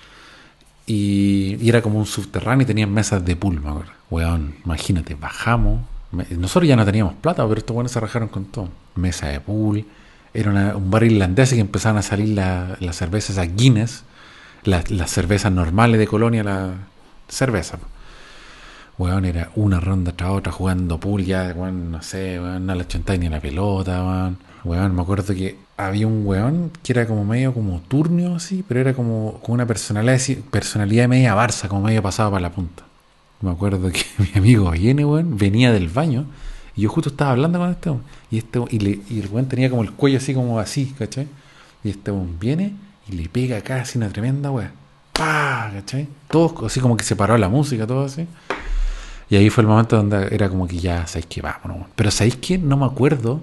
S1: Y era como un subterráneo y tenían mesas de pool, me acuerdo. Weón, imagínate, bajamos. Nosotros ya no teníamos plata, pero estos weones se rajaron con todo. Mesa de pool. Era un bar irlandés que empezaban a salir las cervezas a Guinness. Las cervezas normales de Colonia, la cerveza. Weón, era una ronda tras otra jugando pool, ya, weón, no sé, weón, no le chantáis ni la pelota, weón. Weón, me acuerdo que había un weón que era como medio como turnio así, pero era como una personalidad media Barça, como medio pasado para la punta. Me acuerdo que mi amigo viene, weón, venía del baño y yo justo estaba hablando con este weón. Y el weón tenía como el cuello así, ¿cachai? Y este weón viene y le pega casi una tremenda weón. ¡Pah! ¿Cachai? Todo así como que se paró la música, todo así. Y ahí fue el momento donde era como que ya, ¿sabéis qué? Vámonos. Pero ¿sabéis qué? No me acuerdo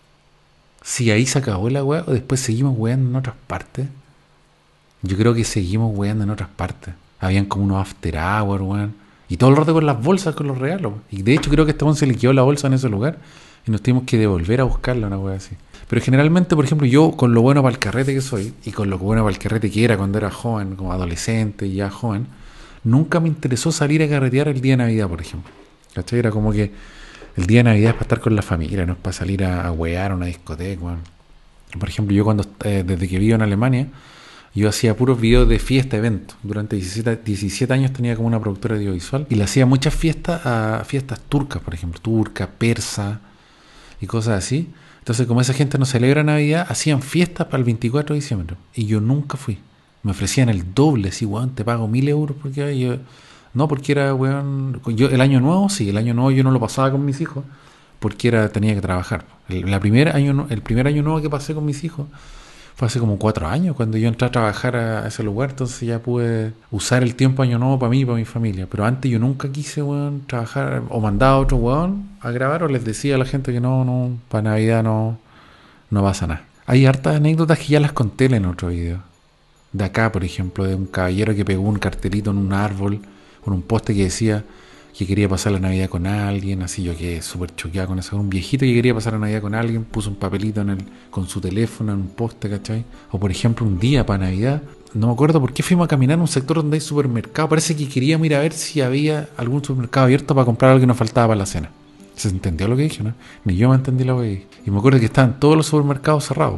S1: si ahí se acabó la weá o después seguimos weando en otras partes. Yo creo que seguimos weando en otras partes. Habían como unos after hour, weón. Y todo el rato con las bolsas, con los regalos. Y de hecho creo que a este weón se le quedó la bolsa en ese lugar. Y nos tuvimos que devolver a buscarla, una weá así. Pero generalmente, por ejemplo, yo con lo bueno para el carrete que soy, y con lo bueno para el carrete que era cuando era joven, como adolescente y ya joven, nunca me interesó salir a carretear el día de Navidad, por ejemplo. ¿Cachai? Era como que el día de Navidad es para estar con la familia, no es para salir a huear a una discoteca. Bueno. Por ejemplo, yo desde que vivo en Alemania, yo hacía puros videos de fiesta, eventos. Durante 17 años tenía como una productora audiovisual y le hacía muchas fiestas a fiestas turcas, por ejemplo, turca, persa y cosas así. Entonces, como esa gente no celebra Navidad, hacían fiestas para el 24 de diciembre. Y yo nunca fui. Me ofrecían el doble, así, weón, te pago 1.000 euros porque yo... No, porque era, weón... Yo, el año nuevo yo no lo pasaba con mis hijos porque tenía que trabajar. El primer año nuevo que pasé con mis hijos fue hace como 4 años, cuando yo entré a trabajar a ese lugar, entonces ya pude usar el tiempo año nuevo para mí y para mi familia. Pero antes yo nunca quise, weón, trabajar o mandaba a otro weón a grabar o les decía a la gente que no, para Navidad no pasa nada. Hay hartas anécdotas que ya las conté en otro video. De acá, por ejemplo, de un caballero que pegó un cartelito en un árbol, con un poste que decía que quería pasar la Navidad con alguien, así yo quedé súper choqueado con eso. Un viejito que quería pasar la Navidad con alguien, puso un papelito con su teléfono en un poste, ¿cachai? O por ejemplo, un día para Navidad, no me acuerdo por qué fuimos a caminar en un sector donde hay supermercado, parece que queríamos ir a ver si había algún supermercado abierto para comprar algo que nos faltaba para la cena. ¿Se entendió lo que dije, no? Ni yo me entendí lo que dije. Y me acuerdo que estaban todos los supermercados cerrados.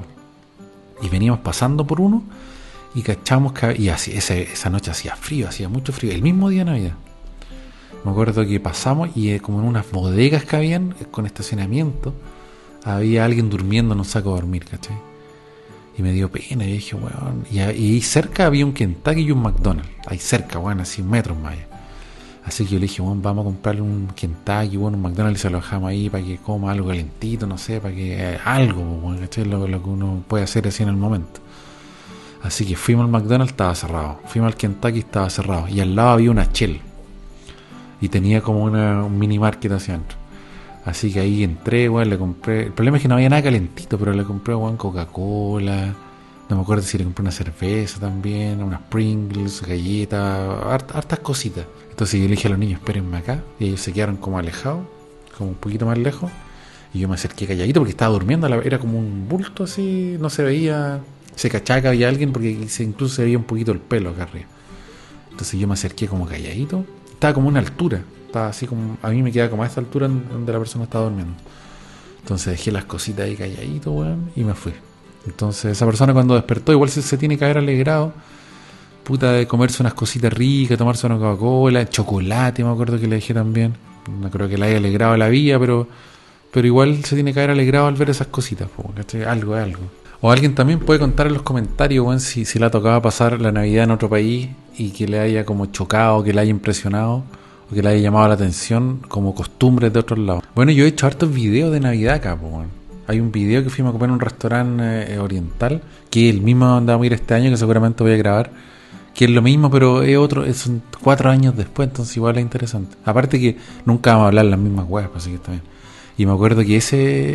S1: Y veníamos pasando por uno y cachamos que esa noche hacía frío, hacía mucho frío, el mismo día de Navidad. Me acuerdo que pasamos y como en unas bodegas que habían con estacionamiento, había alguien durmiendo en un saco de dormir, ¿cachai? Y me dio pena, y dije, weón. Y ahí cerca había un Kentucky y un McDonald's. Ahí cerca, weón, así metros más allá. Así que yo le dije, bueno, vamos a comprarle un Kentucky, bueno, un McDonald's y se lo dejamos ahí para que coma algo calentito, no sé, para que algo, bueno, ¿cachai? Lo que uno puede hacer así en el momento. Así que fuimos al McDonald's, estaba cerrado. Fuimos al Kentucky, estaba cerrado. Y al lado había una Shell. Y tenía como un mini market hacia adentro. Así que ahí entré, weón, le compré. El problema es que no había nada calentito, pero le compré, weón, Coca-Cola. No me acuerdo si le compré una cerveza también, unas Pringles, galletas, hartas cositas. Entonces yo le dije a los niños, espérenme acá. Y ellos se quedaron como alejados, como un poquito más lejos. Y yo me acerqué calladito porque estaba durmiendo. Era como un bulto así, no se veía. Se cachaba que había alguien porque incluso se veía un poquito el pelo acá arriba. Entonces yo me acerqué como calladito. Estaba como a una altura. Estaba así como, a mí me quedaba como a esta altura donde la persona estaba durmiendo. Entonces dejé las cositas ahí calladito, weón, y me fui. Entonces esa persona cuando despertó igual se tiene que haber alegrado, puta, de comerse unas cositas ricas, tomarse una Coca-Cola, chocolate, me acuerdo que le dejé también. No creo que le haya alegrado la vida, pero igual se tiene que haber alegrado al ver esas cositas, ¿cachai? Algo es algo. O alguien también puede contar en los comentarios, weón, si le ha tocado pasar la Navidad en otro país y que le haya como chocado, que le haya impresionado o que le haya llamado la atención como costumbres de otros lados. Bueno, yo he hecho hartos videos de Navidad acá, weón. Hay un video que fuimos a comer en un restaurante oriental, que es el mismo donde vamos a ir este año, que seguramente voy a grabar, que es lo mismo, pero es otro, son 4 años después, entonces igual es interesante. Aparte que nunca vamos a hablar las mismas weas, así que está bien. Y me acuerdo que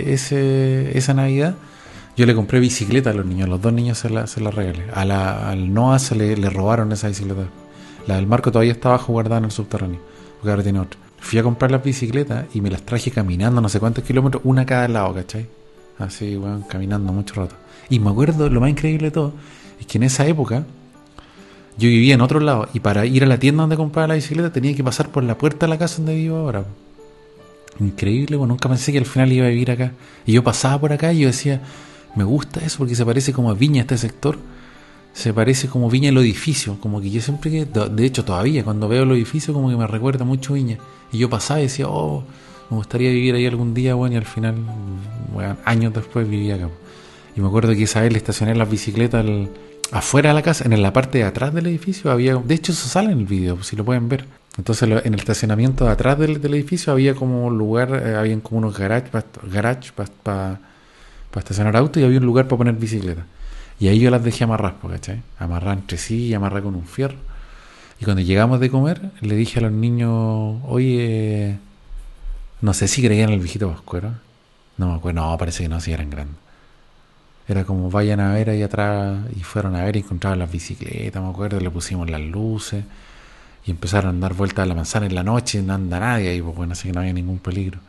S1: esa Navidad yo le compré bicicleta a los niños, a los 2 niños se la regalé. Al Noah le robaron esa bicicleta. La del Marco todavía está abajo guardada en el subterráneo, porque ahora tiene otra. Fui a comprar las bicicletas y me las traje caminando no sé cuántos kilómetros, una a cada lado, ¿cachai? Así, weón, caminando mucho rato. Y me acuerdo, lo más increíble de todo, es que en esa época yo vivía en otro lado y para ir a la tienda donde compraba la bicicleta tenía que pasar por la puerta de la casa donde vivo ahora. Increíble, bueno, nunca pensé que al final iba a vivir acá. Y yo pasaba por acá y yo decía, me gusta eso porque se parece como a Viña este sector. Se parece como Viña el edificio, como que yo siempre, de hecho todavía cuando veo el edificio como que me recuerda mucho Viña. Y yo pasaba y decía, oh, me gustaría vivir ahí algún día, bueno, y al final, bueno, años después viví acá. Y me acuerdo que esa vez le estacioné las bicicletas afuera de la casa, en la parte de atrás del edificio había, de hecho eso sale en el video, si lo pueden ver. Entonces en el estacionamiento de atrás del edificio había como un lugar, habían como unos garage para estacionar autos y había un lugar para poner bicicletas. Y ahí yo las dejé amarrar, ¿cachai? Amarrar entre sí y amarrar con un fierro. Y cuando llegamos de comer, le dije a los niños, oye, no sé si creían en el viejito Pascuero. No me acuerdo, no, parece que no, si eran grandes. Era como vayan a ver ahí atrás, y fueron a ver y encontraban las bicicletas, me acuerdo, le pusimos las luces y empezaron a dar vueltas a la manzana en la noche, no anda nadie ahí, pues bueno, así que no había ningún peligro.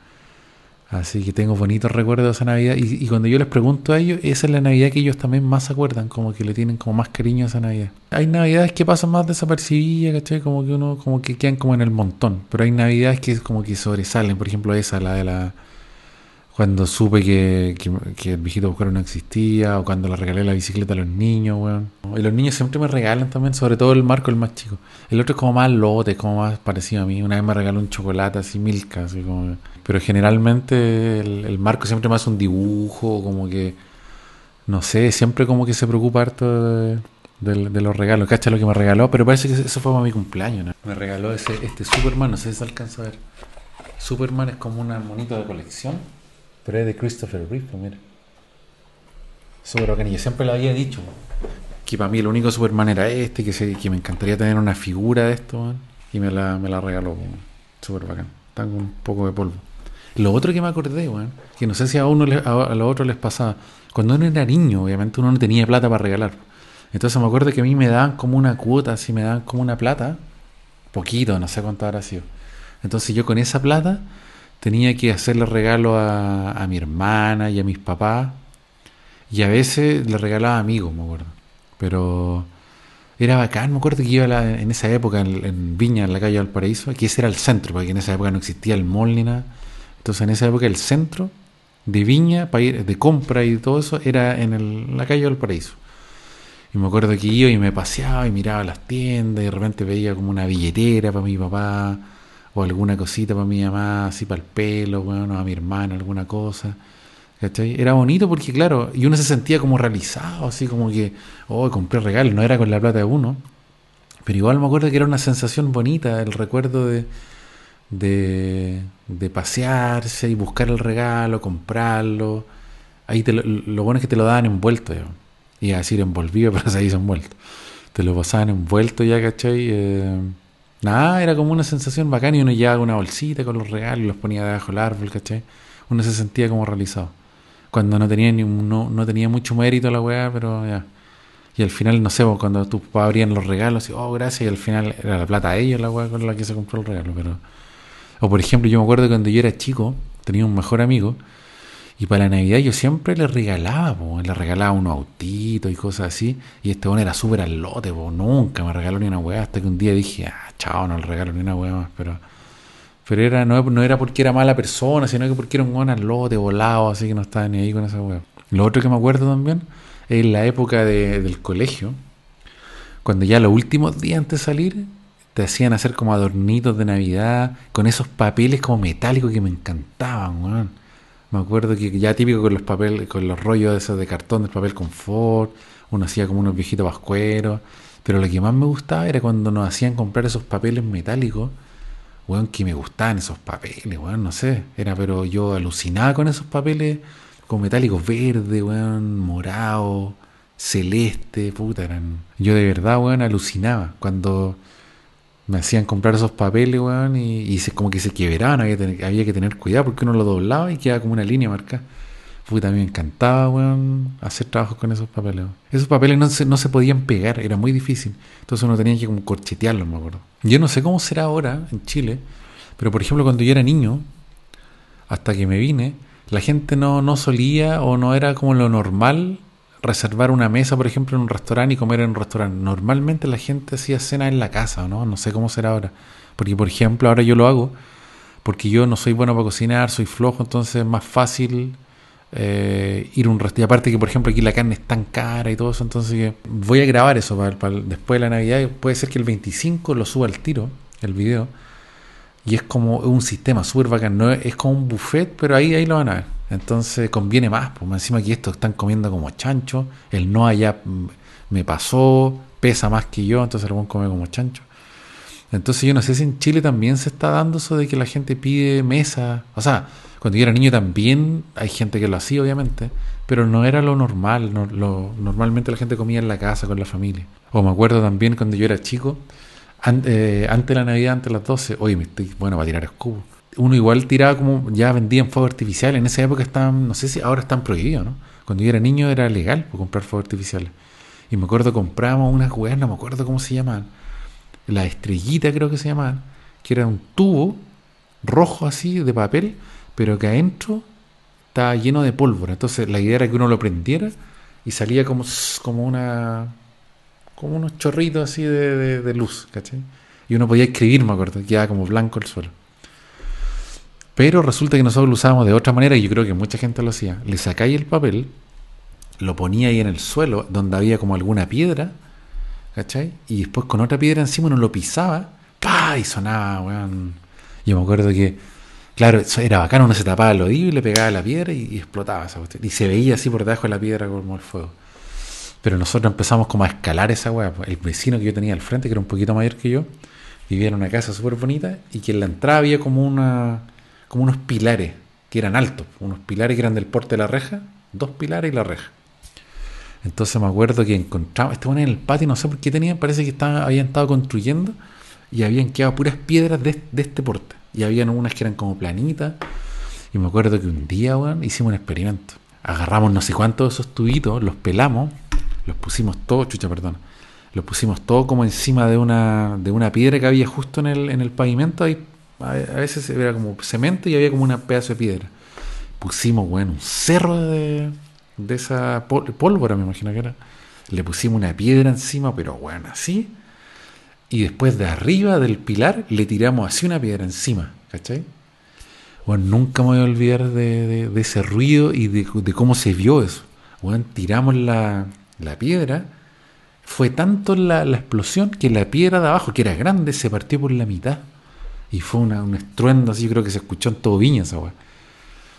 S1: Así que tengo bonitos recuerdos de esa Navidad y cuando yo les pregunto a ellos, esa es la Navidad que ellos también más se acuerdan, como que le tienen como más cariño a esa Navidad. Hay Navidades que pasan más desapercibidas, ¿cachai? Como que uno, como que quedan como en el montón, pero hay Navidades que como que sobresalen, por ejemplo esa, la de la... Cuando supe que el viejito Pascuero no existía, o cuando le regalé la bicicleta a los niños, weón. Y los niños siempre me regalan también, sobre todo el Marco, el más chico. El otro es como más lote, es como más parecido a mí. Una vez me regaló un chocolate así, Milka, así como... Pero generalmente el Marco siempre me hace un dibujo, como que... No sé, siempre como que se preocupa harto de los regalos. ¿Cacha lo que me regaló? Pero parece que eso fue para mi cumpleaños, ¿no? Me regaló este Superman, no sé si se alcanza a ver. Superman es como un monito de colección, pero es de Christopher Reeve, mira. Súper bacán. Y yo siempre lo había dicho, que para mí el único Superman era este, que me encantaría tener una figura de esto, man. Y me la regaló, súper bacán. Está con un poco de polvo. Lo otro que me acordé, man, que no sé si a los otros les pasaba. Cuando uno era niño, obviamente uno no tenía plata para regalar. Entonces me acuerdo que a mí me daban como una cuota, así me daban como una plata, poquito, no sé cuánto habrá sido. Entonces yo con esa plata tenía que hacerle regalo a mi hermana y a mis papás. Y a veces le regalaba a amigos, me acuerdo. Pero era bacán, me acuerdo que iba en esa época en Viña, en la calle Valparaíso, que ese era el centro, porque en esa época no existía el mall ni nada. Entonces en esa época el centro de Viña, para ir de compra y todo eso, era en la calle Valparaíso. Y me acuerdo que iba y me paseaba y miraba las tiendas y de repente veía como una billetera para mi papá o alguna cosita para mi mamá, así para el pelo, bueno, a mi hermana, alguna cosa. ¿Cachai? Era bonito porque, claro, y uno se sentía como realizado, así como que, oh, compré regalo, no era con la plata de uno, pero igual me acuerdo que era una sensación bonita, el recuerdo de pasearse y buscar el regalo, comprarlo. Ahí lo bueno es que te lo daban envuelto, ya. Iba a decir envolvido, pero se dice envuelto. Te lo pasaban envuelto ya, ¿cachai? Nada, era como una sensación bacana y uno llevaba una bolsita con los regalos y los ponía debajo del árbol, ¿cachai? Uno se sentía como realizado. Cuando no tenía mucho mérito la weá, pero ya. Y al final, no sé, pues, cuando tus papás abrían los regalos y, oh, gracias, y al final era la plata de ellos la weá con la que se compró el regalo, pero... O por ejemplo, yo me acuerdo que cuando yo era chico, tenía un mejor amigo, y para la Navidad yo siempre le regalaba, po, le regalaba unos autitos y cosas así, y este bueno era súper al lote, po, nunca me regaló ni una weá, hasta que un día dije, ah, chao, no le regalo ni una weá más, pero era, no era porque era mala persona, sino que porque era un buen al lote, volado, así que no estaba ni ahí con esa weá. Lo otro que me acuerdo también es la época del colegio, cuando ya los últimos días antes de salir, te hacían hacer como adornitos de Navidad, con esos papeles como metálicos que me encantaban, weón. Me acuerdo que ya típico con los papeles, con los rollos esos de cartón del papel confort, uno hacía como unos viejitos pascueros, pero lo que más me gustaba era cuando nos hacían comprar esos papeles metálicos, weón, que me gustaban esos papeles, weón, no sé, era, pero yo alucinaba con esos papeles como metálicos verde, weón, morado, celeste, puta, eran, yo de verdad, weón, alucinaba cuando me hacían comprar esos papeles, weón, como que se quebraban, había que tener cuidado porque uno lo doblaba y quedaba como una línea marcada. Puta, a mí me encantaba, weón, hacer trabajos con esos papeles, weón. Esos papeles no se podían pegar, era muy difícil. Entonces uno tenía que como corchetearlos, me acuerdo. Yo no sé cómo será ahora en Chile, pero por ejemplo cuando yo era niño, hasta que me vine, la gente no solía o no era como lo normal reservar una mesa, por ejemplo, en un restaurante y comer en un restaurante. Normalmente la gente hacía cena en la casa, ¿no? No sé cómo será ahora. Porque, por ejemplo, ahora yo lo hago porque yo no soy bueno para cocinar, soy flojo, entonces es más fácil ir a un restaurante. Y aparte que, por ejemplo, aquí la carne es tan cara y todo eso, entonces voy a grabar eso después de la Navidad. Puede ser que el 25 lo suba al tiro, el video. Y es como un sistema súper bacán, ¿no? Es como un buffet, pero ahí lo van a ver. Entonces conviene más, pues encima que estos están comiendo como chancho, el no allá me pasó, pesa más que yo, entonces el buen come como chancho. Entonces yo no sé si en Chile también se está dando eso de que la gente pide mesa. O sea, cuando yo era niño también hay gente que lo hacía, obviamente, pero no era lo normal. Normalmente la gente comía en la casa con la familia. O me acuerdo también cuando yo era chico, antes de la Navidad, antes de las 12, oye, me estoy bueno para tirar escudo. Uno igual tiraba como, ya vendían fuegos artificiales. En esa época estaban, no sé si ahora están prohibidos, ¿no? Cuando yo era niño era legal pues, comprar fuegos artificiales. Y me acuerdo comprábamos unas weas, no me acuerdo cómo se llamaban. La estrellita creo que se llamaban, que era un tubo rojo así de papel, pero que adentro estaba lleno de pólvora. Entonces la idea era que uno lo prendiera y salía como unos chorritos así de luz, ¿cachai? Y uno podía escribir, me acuerdo, quedaba como blanco el suelo. Pero resulta que nosotros lo usábamos de otra manera y yo creo que mucha gente lo hacía. Le sacáis el papel, lo ponía ahí en el suelo, donde había como alguna piedra, ¿cachai? Y después con otra piedra encima uno lo pisaba, ¡pah! Y sonaba, weón. Yo me acuerdo que, claro, eso era bacano, uno se tapaba el oído y le pegaba la piedra y explotaba esa cuestión. Y se veía así por debajo de la piedra como el fuego. Pero nosotros empezamos como a escalar esa weá. El vecino que yo tenía al frente, que era un poquito mayor que yo, vivía en una casa súper bonita y que en la entrada había como unos pilares que eran altos, unos pilares que eran del porte de la reja, 2 pilares y la reja. Entonces me acuerdo que encontramos, estaban en el patio, no sé por qué tenían, parece que habían estado construyendo y habían quedado puras piedras de este porte. Y habían unas que eran como planitas. Y me acuerdo que un día, weón, hicimos un experimento. Agarramos no sé cuántos de esos tubitos, los pelamos, los pusimos todos, los pusimos todos como encima de una piedra que había justo en el pavimento. Ahí, a veces era como cemento y había como una pedazo de piedra. Pusimos, bueno, un cerro de esa pólvora, me imagino que era. Le pusimos una piedra encima, pero bueno, así. Y después de arriba del pilar le tiramos así una piedra encima, ¿cachai? Bueno, nunca me voy a olvidar de ese ruido y de cómo se vio eso. Bueno, tiramos la piedra. Fue tanto la explosión que la piedra de abajo, que era grande, se partió por la mitad. Y fue un estruendo así, yo creo que se escuchó en todo Viña esa weá.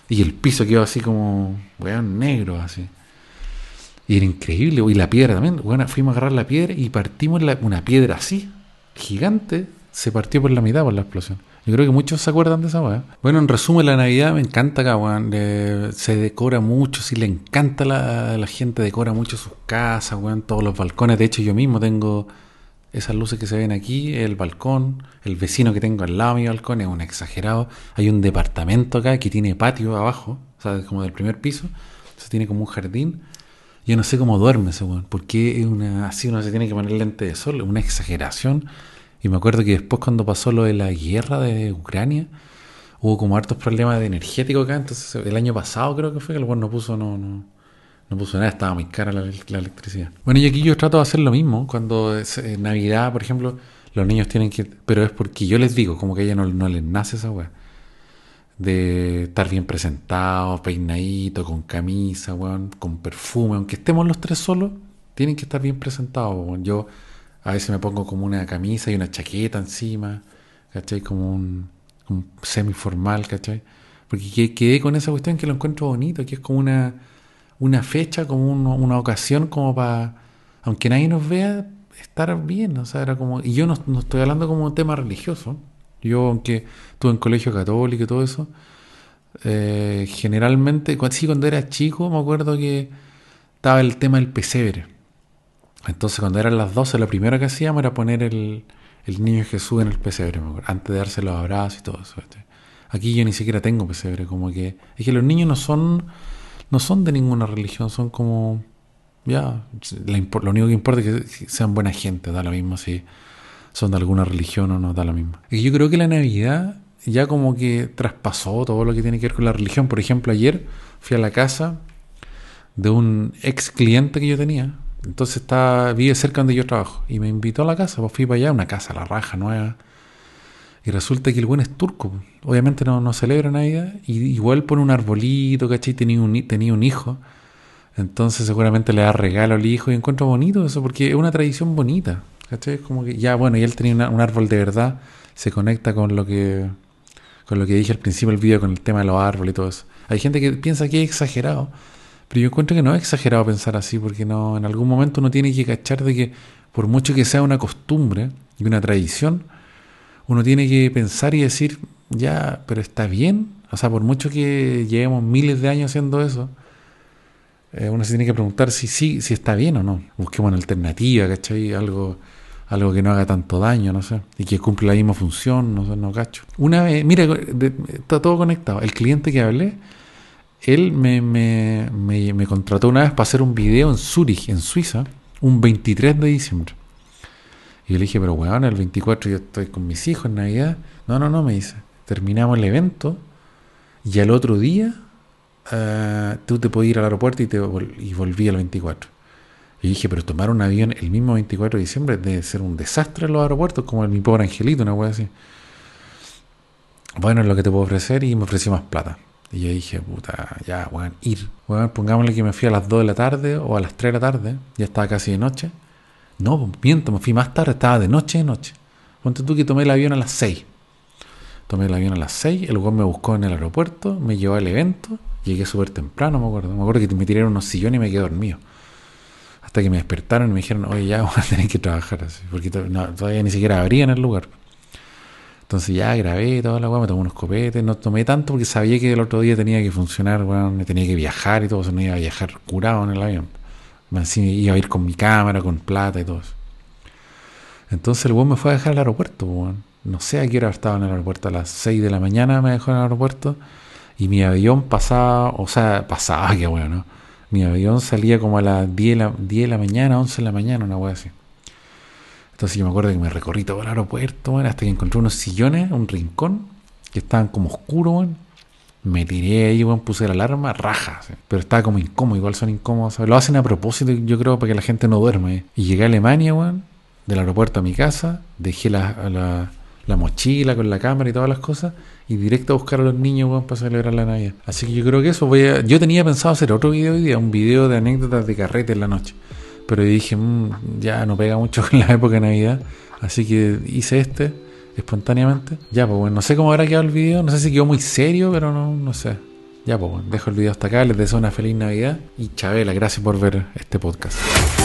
S1: Y el piso quedó así como, weón, negro, así. Y era increíble, y la piedra también. Weón, fuimos a agarrar la piedra y partimos una piedra así, gigante, se partió por la mitad por la explosión. Yo creo que muchos se acuerdan de esa weá. Bueno, en resumen, la Navidad me encanta acá, weón. Se decora mucho, sí, le encanta la gente, decora mucho sus casas, weón, todos los balcones. De hecho, yo mismo tengo esas luces que se ven aquí, el balcón, el vecino que tengo al lado de mi balcón es un exagerado. Hay un departamento acá que tiene patio abajo, o sea, como del primer piso. Entonces tiene como un jardín. Yo no sé cómo duerme ese weón, porque es así uno se tiene que poner lente de sol, es una exageración. Y me acuerdo que después cuando pasó lo de la guerra de Ucrania, hubo como hartos problemas de energético acá, entonces el año pasado creo que fue que el weón no puso nada, estaba muy cara la electricidad. Bueno, y aquí yo trato de hacer lo mismo, cuando es Navidad, por ejemplo, los niños tienen que, pero es porque yo les digo, como que a ella no les nace esa weá de estar bien presentado, peinadito, con camisa, weón, con perfume, aunque estemos los tres solos, tienen que estar bien presentados, weón. Yo a veces me pongo como una camisa y una chaqueta encima, ¿cachai? Como semi-formal, ¿cachai? Porque quedé con esa cuestión que lo encuentro bonito, que es como una fecha, como una ocasión, como para, aunque nadie nos vea, estar bien, o sea, era como, y yo no estoy hablando como un tema religioso. Yo, aunque estuve en colegio católico y todo eso, generalmente, sí, cuando era chico, me acuerdo que estaba el tema del pesebre. Entonces, cuando eran las 12 lo primero que hacíamos era poner el niño Jesús en el pesebre, me acuerdo, antes de darse los abrazos y todo eso. ¿Viste? Aquí yo ni siquiera tengo pesebre, como que es que los niños no son de ninguna religión, son como, ya, lo único que importa es que sean buena gente, da lo mismo si son de alguna religión o no, da lo mismo. Y yo creo que la Navidad ya como que traspasó todo lo que tiene que ver con la religión. Por ejemplo, ayer fui a la casa de un ex cliente que yo tenía. Entonces vive cerca donde yo trabajo. Y me invitó a la casa, pues fui para allá, una casa, la raja, nueva. Y resulta que el buen es turco. Obviamente no celebra Navidad. Y igual pone un arbolito, ¿cachai? Tenía un hijo. Entonces seguramente le da regalo al hijo. Y encuentro bonito eso, porque es una tradición bonita. ¿Cachai? Como que ya, bueno, y él tenía un árbol de verdad. Se conecta con lo que dije al principio del video, con el tema de los árboles y todo eso. Hay gente que piensa que es exagerado. Pero yo encuentro que no es exagerado pensar así, porque no, en algún momento uno tiene que cachar de que por mucho que sea una costumbre y una tradición, uno tiene que pensar y decir, ya, pero está bien. O sea, por mucho que llevemos miles de años haciendo eso, uno se tiene que preguntar si está bien o no. Busquemos una alternativa, ¿cachai? Algo que no haga tanto daño, no sé, y que cumpla la misma función, no sé, no cacho. Una vez, mira, está todo conectado. El cliente que hablé, él me contrató una vez para hacer un video en Zúrich, en Suiza, un 23 de diciembre. Y yo le dije, pero weón, el 24 yo estoy con mis hijos en Navidad. No, me dice. Terminamos el evento y al otro día tú te podías ir al aeropuerto y volví al 24. Y dije, pero tomar un avión el mismo 24 de diciembre debe ser un desastre en los aeropuertos, como mi pobre angelito, una wea así. Bueno, es lo que te puedo ofrecer, y me ofreció más plata. Y yo dije, puta, ya, weón, ir. Weón, pongámosle que me fui a las 2 de la tarde o a las 3 de la tarde, ya estaba casi de noche. No, miento, me fui más tarde, estaba de noche. Ponte tú que tomé el avión a las 6. Tomé el avión a las 6, el weón me buscó en el aeropuerto, me llevó al evento, llegué súper temprano, me acuerdo. Me acuerdo que me tiraron unos sillones y me quedé dormido. Hasta que me despertaron y me dijeron, oye, ya, voy a tener que trabajar así, porque todavía ni siquiera abrían el lugar. Entonces ya grabé toda la weá, me tomé unos copetes, no tomé tanto porque sabía que el otro día tenía que funcionar, weón, tenía que viajar y todo, o sea, no iba a viajar curado en el avión. Así iba a ir con mi cámara, con plata y todo eso. Entonces el weón me fue a dejar al aeropuerto, weón. No sé a qué hora estaba en el aeropuerto, a las 6 de la mañana me dejó en el aeropuerto y mi avión pasaba, que bueno, ¿no? Mi avión salía como a las 10 de la mañana, 11 de la mañana, una weá así. Entonces yo me acuerdo que me recorrí todo el aeropuerto, bueno, hasta que encontré unos sillones, un rincón, que estaban como oscuros, bueno. Me tiré ahí, bueno, puse la alarma, raja, ¿sí? Pero estaba como incómodo, igual son incómodos, ¿sabes? Lo hacen a propósito, yo creo, para que la gente no duerme. Y llegué a Alemania, bueno, del aeropuerto a mi casa, dejé la mochila con la cámara y todas las cosas, y directo a buscar a los niños, bueno, para celebrar la Navidad. Así que yo creo que eso yo tenía pensado hacer otro video hoy día, un video de anécdotas de carrete en la noche. Pero dije, ya no pega mucho con la época de Navidad, así que hice espontáneamente. Ya, pues bueno, no sé cómo habrá quedado el video, no sé si quedó muy serio, pero no sé. Ya, pues, dejo el video hasta acá. Les deseo una feliz Navidad. Y Chabela, gracias por ver este podcast.